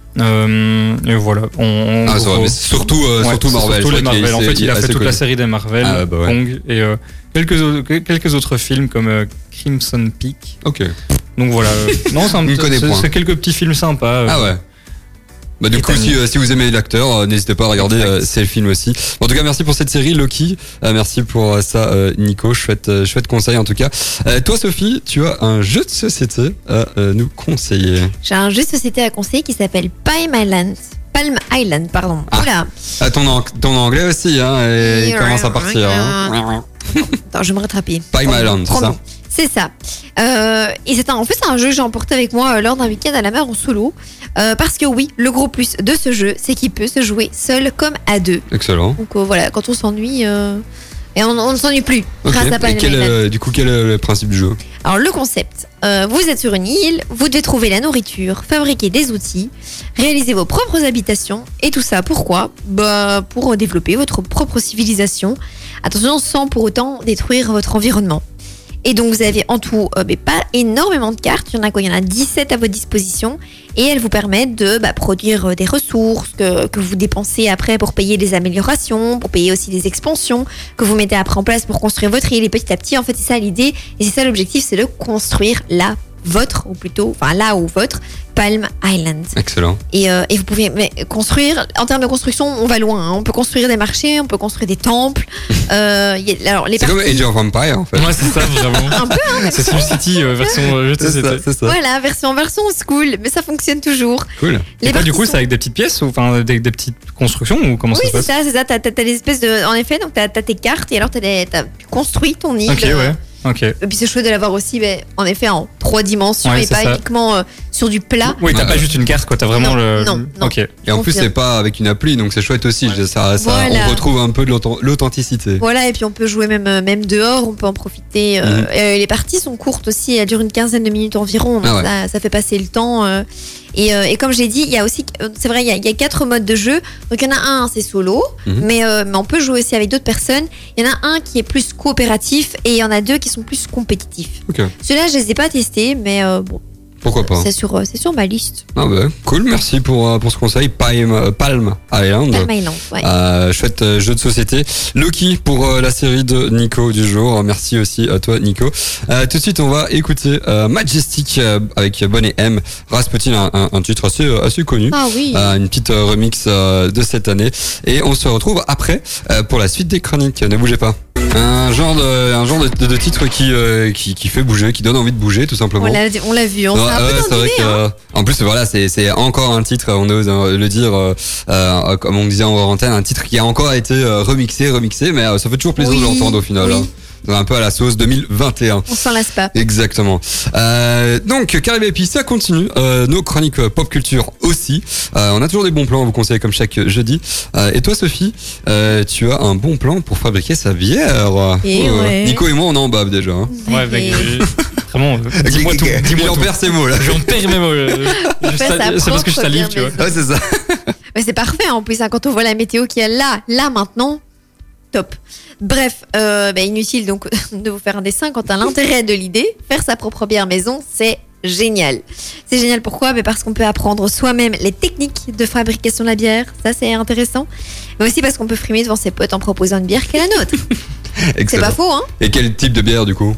Euh, et voilà. On, on- Ah, c'est vrai, on- mais surtout, euh, ouais, surtout c'est Marvel. surtout je les crois qu'il est- Marvel. En fait, c'est- il a assez fait toute connu. la série des Marvel, Ah, bah ouais. Kong, et euh, quelques, autres, quelques autres films comme euh, Crimson Peak. Ok. Donc voilà. euh, non, c'est, un Je petit- connais c'est, point. c'est quelques petits films sympas. euh. Ah ouais. Bah du Et coup, t'as si, mis- euh, si vous aimez l'acteur, euh, n'hésitez pas à regarder Exact. euh, ces films aussi. Bon, en tout cas, merci pour cette série Loki. Euh, merci pour euh, ça, euh, Nico. Chouette, euh, chouette conseil en tout cas. Euh, toi, Sophie, tu as un jeu de société à euh, nous conseiller. J'ai un jeu de société à conseiller qui s'appelle Palm Island. Palm Island, pardon. Ah. Oula. Ah, ton, ang- ton anglais aussi, hein, et il commence à partir. Hein. Attends, je vais me rattraper. Palm Island, c'est Promis. ça? C'est ça. Euh, et c'est un, en fait, c'est un jeu que j'ai emporté avec moi euh, lors d'un week-end à la mer en solo. Euh, parce que oui, le gros plus de ce jeu, c'est qu'il peut se jouer seul comme à deux. Excellent. Donc euh, voilà, quand on s'ennuie, euh, et on, on ne s'ennuie plus Ok. grâce à Et Palm quel, Island. euh, du coup, quel est le principe du jeu? Alors le concept, euh, vous êtes sur une île, vous devez trouver la nourriture, fabriquer des outils, réaliser vos propres habitations et tout ça pourquoi? Bah pour développer votre propre civilisation. Attention, sans pour autant détruire votre environnement. Et donc vous avez en tout euh, mais pas énormément de cartes, il y en a quoi? Il y en a dix-sept à votre disposition et elles vous permettent de bah, produire euh, des ressources que, que vous dépensez après pour payer des améliorations, pour payer aussi des expansions que vous mettez après en place pour construire votre île et petit à petit en fait c'est ça l'idée et c'est ça l'objectif, c'est de construire la votre ou plutôt enfin là ou votre Palm Island. Excellent. Et, euh, et vous pouvez mais, construire, en termes de construction, on va loin. Hein. On peut construire des marchés, on peut construire des temples. Euh, y a- alors, les C'est comme parties- Age of Empire en fait. Ouais, c'est ça, vraiment. Un peu, hein, C'est SimCity euh, version euh, jeu de C'est ça, société. c'est ça. Voilà, version, version school, mais ça fonctionne toujours. Cool. Et Les quoi, du parties coup, sont- c'est avec des petites pièces ou enfin des, des petites constructions ou comment Oui, ça se c'est passe? ça, c'est ça. T'as, t'as, t'as des espèces de. En effet, donc t'as, t'as tes cartes et alors t'as des, t'as, tu construis ton île. Ok, ouais. Ok. Et puis c'est chouette de l'avoir aussi, mais, en effet, en trois dimensions Ouais, et c'est pas ça. uniquement euh, sur du plat. Oui, t'as Ouais. pas juste une carte, quoi. T'as vraiment Non, le. non, non. Ok. Et en plus, Confirme. c'est pas avec une appli, donc c'est chouette aussi. Ça, ça, Voilà. on retrouve un peu de l'authen- l'authenticité. Voilà, et puis on peut jouer même, euh, même dehors, on peut en profiter. euh, Mhm. euh, les parties sont courtes aussi, elles durent une quinzaine de minutes environ, donc Ah ouais. ça, ça fait passer le temps. euh, et, euh, et comme j'ai dit, il y a aussi, euh, c'est vrai, il y a, il y a quatre modes de jeu. Donc il y en a un, c'est solo, Mhm. mais, euh, mais on peut jouer aussi avec d'autres personnes. Il y en a un qui est plus coopératif et il y en a deux qui sont plus compétitifs. Ok. Ceux-là, je les ai pas testés, mais euh, bon, Pourquoi pas? c'est sur, euh, c'est sur ma liste. Ah bah, cool, merci pour, euh, pour ce conseil. Palm, euh, Palm Island. Palm Island, ouais. Euh, chouette euh, jeu de société. Loki pour euh, la série de Nico du jour. Merci aussi à toi Nico. Euh, tout de suite on va écouter euh, Majestic euh, avec Bonnet M. Rasputin, un, un, un titre assez, euh, assez connu. Ah oui. Euh, une petite euh, remix euh, de cette année. Et on se retrouve après euh, pour la suite des chroniques. Ne bougez pas. Un genre de, un genre de, de, de titre qui, euh, qui, qui fait bouger, qui donne envie de bouger tout simplement. On l'a, on l'a vu, on Ouais, s'est un ouais, peu c'est vrai tendu, que, hein. euh, en plus voilà c'est c'est encore un titre, on ose euh, le dire euh, euh, comme on disait en antenne, un titre qui a encore été euh, remixé remixé mais euh, ça fait toujours plaisir Oui, de l'entendre au final, oui. hein. C'est un peu à la sauce deux mille vingt et un. On s'en lasse pas. Exactement. Euh, donc Caribé et puis ça continue. Euh, nos chroniques euh, pop culture aussi. Euh, on a toujours des bons plans à vous conseiller comme chaque jeudi. Euh, et toi Sophie, euh, tu as un bon plan pour fabriquer sa bière. Et Euh, ouais. Nico et moi on en bave déjà. Hein. Ouais, mec. Et- j'ai- Vraiment, euh, dis-moi tout. Dis-moi J'en tout. perds ces mots là. J'en perds mes mots. euh, je Fais sal- sa C'est parce que je propre salive, bière tu vois. maison. Ouais c'est ça. Mais c'est parfait en plus, hein, quand on voit la météo qu'il y a là, là maintenant, top. Bref, euh, bah, inutile donc de vous faire un dessin quant à l'intérêt de l'idée. Faire sa propre bière maison, c'est génial. C'est génial pourquoi? Mais parce qu'on peut apprendre soi-même les techniques de fabrication de la bière, ça c'est intéressant. Mais aussi parce qu'on peut frimer devant ses potes en proposant une bière qui est la nôtre. C'est Excellent. pas faux, hein? Et quel type de bière du coup?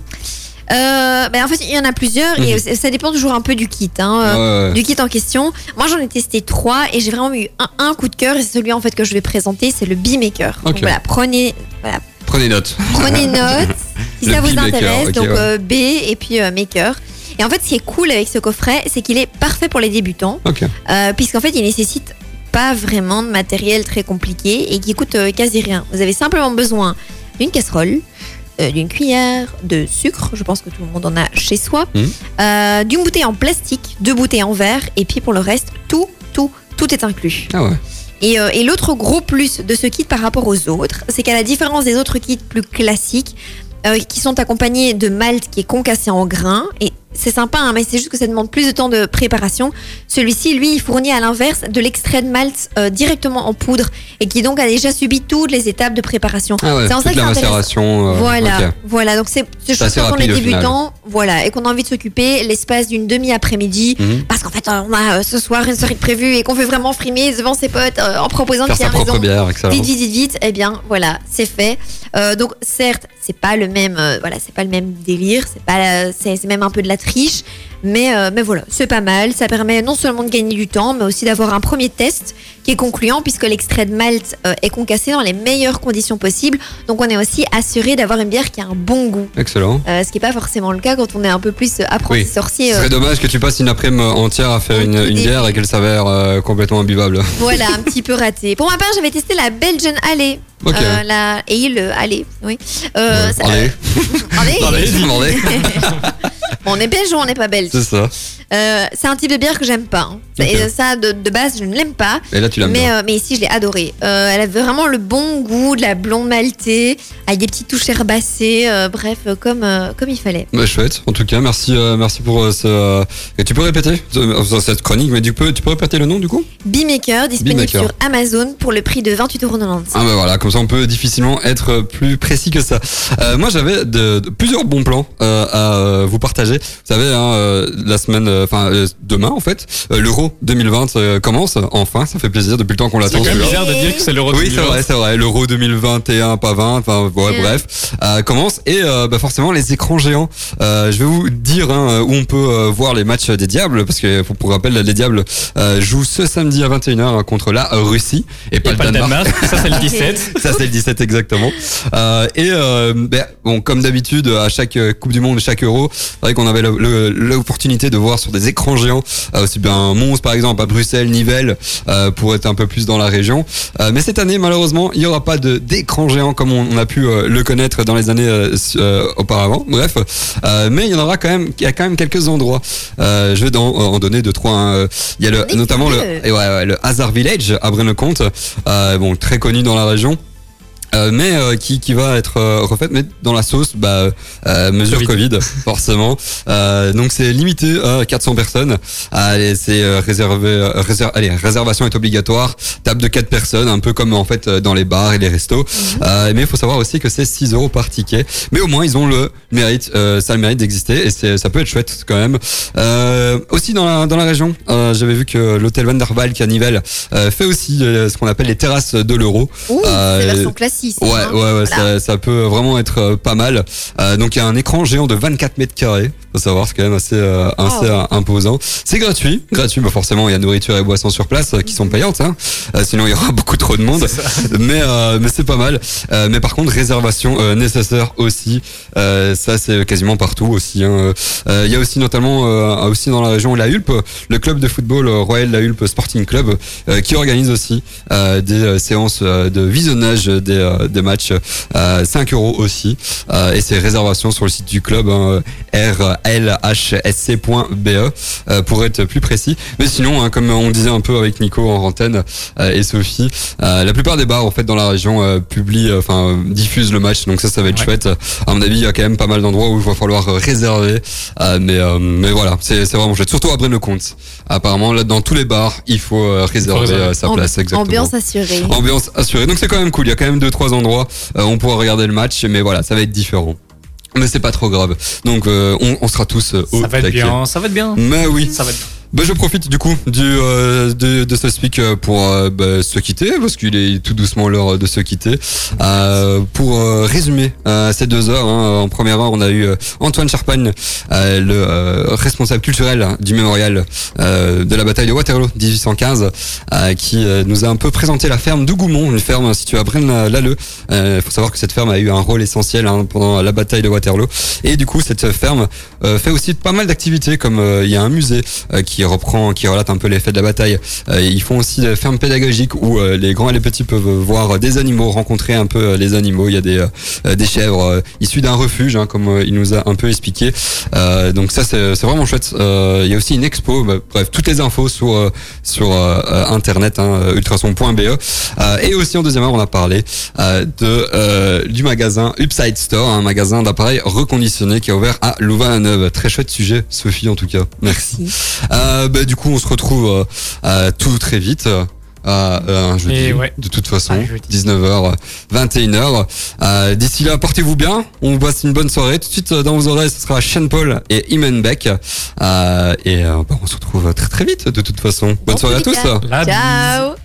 Euh, bah, en fait, il y en a plusieurs et Mhm. ça dépend toujours un peu du kit. Hein. Euh, Ouais, ouais. Du kit en question. Moi, j'en ai testé trois et j'ai vraiment eu un, un coup de cœur et c'est celui en fait que je vais présenter, c'est le B-Maker. Donc Ok. voilà, prenez, voilà, Prenez note. prenez note si Le ça vous B-Maker, intéresse. ok, donc ouais. euh, B et puis euh, Maker. Et en fait, ce qui est cool avec ce coffret, c'est qu'il est parfait pour les débutants, Ok. euh, puisqu'en fait, il nécessite pas vraiment de matériel très compliqué et qui coûte euh, quasi rien. Vous avez simplement besoin d'une casserole, euh, d'une cuillère de sucre, je pense que tout le monde en a chez soi, Mmh. euh, d'une bouteille en plastique, deux bouteilles en verre, et puis pour le reste, tout, tout, tout est inclus. Ah ouais. Et, euh, et l'autre gros plus de ce kit par rapport aux autres, c'est qu'à la différence des autres kits plus classiques, euh, qui sont accompagnés de malt qui est concassé en grains, et c'est sympa, hein, mais c'est juste que ça demande plus de temps de préparation. Celui-ci, lui, il fournit à l'inverse de l'extrait de malt euh, directement en poudre et qui donc a déjà subi toutes les étapes de préparation. Ah ouais. C'est en ça Toute que la c'est intéressant. macération. euh, Voilà, ok. voilà. Donc c'est c'est C'est chose assez quand on est rapide, au final. débutant, voilà, et qu'on a envie de s'occuper l'espace d'une demi-après-midi, Mhm. parce qu'en fait on a euh, ce soir une soirée de prévue et qu'on veut vraiment frimer devant ses potes euh, en proposant Faire de sa faire propre maison. bière, excellent. Vite, vite, vite, vite. Eh bien, voilà, c'est fait. Euh, donc certes, c'est pas le même, euh, voilà, c'est pas le même délire, c'est pas, la- c'est c'est même un peu de la triche. Mais, euh, mais voilà, c'est pas mal. Ça permet non seulement de gagner du temps, mais aussi d'avoir un premier test qui est concluant puisque l'extrait de malt euh, est concassé dans les meilleures conditions possibles. Donc on est aussi assuré d'avoir une bière qui a un bon goût. Excellent. Euh, ce qui n'est pas forcément le cas quand on est un peu plus euh, apprenti Oui. sorcier. Ce euh, serait dommage que tu passes une après-midi entière à faire Au une, tout une début. bière et qu'elle s'avère euh, complètement imbuvable. Voilà, un petit peu raté. Pour ma part, j'avais testé la Belgian Ale. Ok. Euh, la Ale, Ale, oui. Euh, Ouais. ça- Allez. Allez. Allez, demandez. Bon, on est belge ou on n'est pas belge. C'est ça. Euh, c'est un type de bière que j'aime pas. hein. Ok. Et ça, de, de base, je ne l'aime pas. Et là, tu l'aimes Mais, bien. euh, mais ici, je l'ai adoré. Euh, elle avait vraiment le bon goût de la blonde maltée, avec des petites touches herbacées. euh, bref, euh, comme, euh, comme il fallait. Bah, chouette. En tout cas, merci, euh, merci pour euh, ce. euh, et tu peux répéter euh, cette chronique, mais du coup, tu peux répéter le nom du coup? Beemaker, disponible Beemaker. sur Amazon pour le prix de vingt-huit euros quatre-vingt-dix. Ah bah voilà, comme ça on peut difficilement être plus précis que ça. Euh, moi j'avais de, de- plusieurs bons plans euh, à euh, vous partager. Vous savez, hein, euh, la semaine, enfin euh, demain en fait, euh, l'Euro deux mille vingt euh, commence. Enfin, ça fait plaisir depuis le temps qu'on C'est l'attend. quand même celui-là. bizarre de dire que c'est l'Euro Oui, deux mille c'est vingt. vrai, c'est vrai. L'Euro deux mille vingt et un, pas vingt. Enfin, ouais, Yeah. bref, euh, commence et euh, bah, forcément les écrans géants. Euh, je vais vous dire hein, où on peut euh, voir les matchs des Diables, parce que pour, pour rappel, les Diables euh, jouent ce samedi à vingt et une heures hein, contre la Russie et pas, Et pas le Danemark, ça c'est le dix-sept. ça c'est le dix-sept exactement. Euh, et euh, ben, bon, comme d'habitude, à chaque euh, Coupe du Monde, chaque Euro, c'est vrai qu'on avait le- le- l'opportunité de voir sur des écrans géants, euh, aussi bien Mons par exemple, à Bruxelles, Nivelles, euh, pour être un peu plus dans la région. Euh, mais cette année, malheureusement, il n'y aura pas de d'écran géant comme on, on a pu euh, le connaître dans les années euh, euh, auparavant. Bref, euh, mais il y en aura quand même, il y a quand même quelques endroits. Euh, je vais en, en donner deux trois. hein. Il y a le, Des notamment le, curieux. et ouais, ouais, le Hazard Village à Braine-le-Comte, euh, bon très connu dans la région. Euh, mais euh, qui, qui va être euh, refaite mais dans la sauce bah, euh, mesure Covid, forcément euh, donc c'est limité à quatre cents personnes. Allez, c'est euh, réservé euh, réser- allez, réservation est obligatoire, table de quatre personnes, un peu comme en fait euh, dans les bars et les restos. Euh, mais il faut savoir aussi que c'est six euros par ticket, mais au moins ils ont le mérite, euh, ça a le mérite d'exister et c'est, ça peut être chouette quand même. Euh, aussi dans la, dans la région, euh, j'avais vu que l'hôtel Van der Valk à Nivelles euh, fait aussi euh, ce qu'on appelle les terrasses de l'euro. Ouh, Euh, c'est version classique. Ouais, hein. ouais, ouais, Voilà. ça, ça peut vraiment être euh, pas mal. Euh, donc il y a un écran géant de vingt-quatre mètres carrés. Faut savoir, c'est quand même assez, euh, assez Wow. euh, imposant. C'est gratuit, gratuit. Bah forcément, il y a nourriture et boissons sur place euh, qui sont payantes. Hein. Euh, sinon, il y aura beaucoup trop de monde. Mais, euh, mais c'est pas mal. Euh, mais par contre, réservation euh, nécessaire aussi. Euh, ça, c'est quasiment partout aussi. Hein. Euh, il y a aussi notamment euh, aussi dans la région la Hulpe, le club de football euh, Royal La Hulpe Sporting Club, euh, qui organise aussi euh, des euh, séances euh, de visionnage des, euh, des matchs. Euh, cinq euros aussi. Euh, et c'est réservation sur le site du club, hein, R L H S C point B E, euh, pour être plus précis. Mais sinon, hein, comme on disait un peu avec Nico en antenne euh, et Sophie, euh, la plupart des bars en fait dans la région euh, publient, euh, enfin euh, diffusent le match. Donc ça, ça va être Ouais. chouette. À mon avis, il y a quand même pas mal d'endroits où il va falloir euh, réserver. Euh, mais euh, mais voilà, c'est c'est vraiment chouette. Surtout à Braine-le-Comte. Apparemment, là, dans tous les bars, il faut euh, réserver réserver. euh, sa Ambi- place exactement. Ambiance assurée. Ambiance assurée. Donc c'est quand même cool. Il y a quand même deux trois endroits. Euh, on pourra regarder le match, mais voilà, ça va être différent. Mais c'est pas trop grave. Donc euh, on, on sera tous euh, au Ça va être taquet. bien, ça va être bien. Mais oui. Ça va être Bah, je profite du coup du euh, de, de ce speak euh, pour euh, bah, se quitter parce qu'il est tout doucement l'heure de se quitter. Euh, pour euh, résumer euh, ces deux heures, hein, en première heure, on a eu euh, Antoine Charpagne, euh, le euh, responsable culturel du mémorial euh, de la bataille de Waterloo dix-huit cent quinze, euh, qui euh, nous a un peu présenté la ferme d'Ougoumont, une ferme située à Braine-l'Alleud. Il euh, faut savoir que cette ferme a eu un rôle essentiel hein, pendant la bataille de Waterloo. Et du coup, cette ferme euh, fait aussi pas mal d'activités, comme euh, il y a un musée euh, qui qui reprend, qui relate un peu les faits de la bataille. Euh, ils font aussi des fermes pédagogiques où euh, les grands et les petits peuvent voir des animaux, rencontrer un peu euh, les animaux. Il y a des euh, des chèvres euh, issues d'un refuge, hein, comme euh, il nous a un peu expliqué. Euh, donc ça c'est c'est vraiment chouette. Euh, il y a aussi une expo. Bah, bref, toutes les infos sur euh, sur euh, internet, hein, ultrason point b e. Euh, et aussi en deuxième heure, on a parlé euh, de euh, du magasin Upside Store, un magasin d'appareils reconditionnés qui a ouvert à Louvain-la-Neuve. Très chouette sujet, Sophie, en tout cas. Merci. Merci. Euh, bah, du coup, on se retrouve euh, euh, tout très vite. Euh, un jeudi, ouais. De toute façon, dix-neuf heures, vingt et une heures. Euh, d'ici là, portez-vous bien. On vous passe une bonne soirée. Tout de suite, dans vos oreilles, ce sera Sean Paul et Imenbeck. Euh, et euh, bah, on se retrouve très très vite, de toute façon. Bonne bon soirée à tous. Ciao.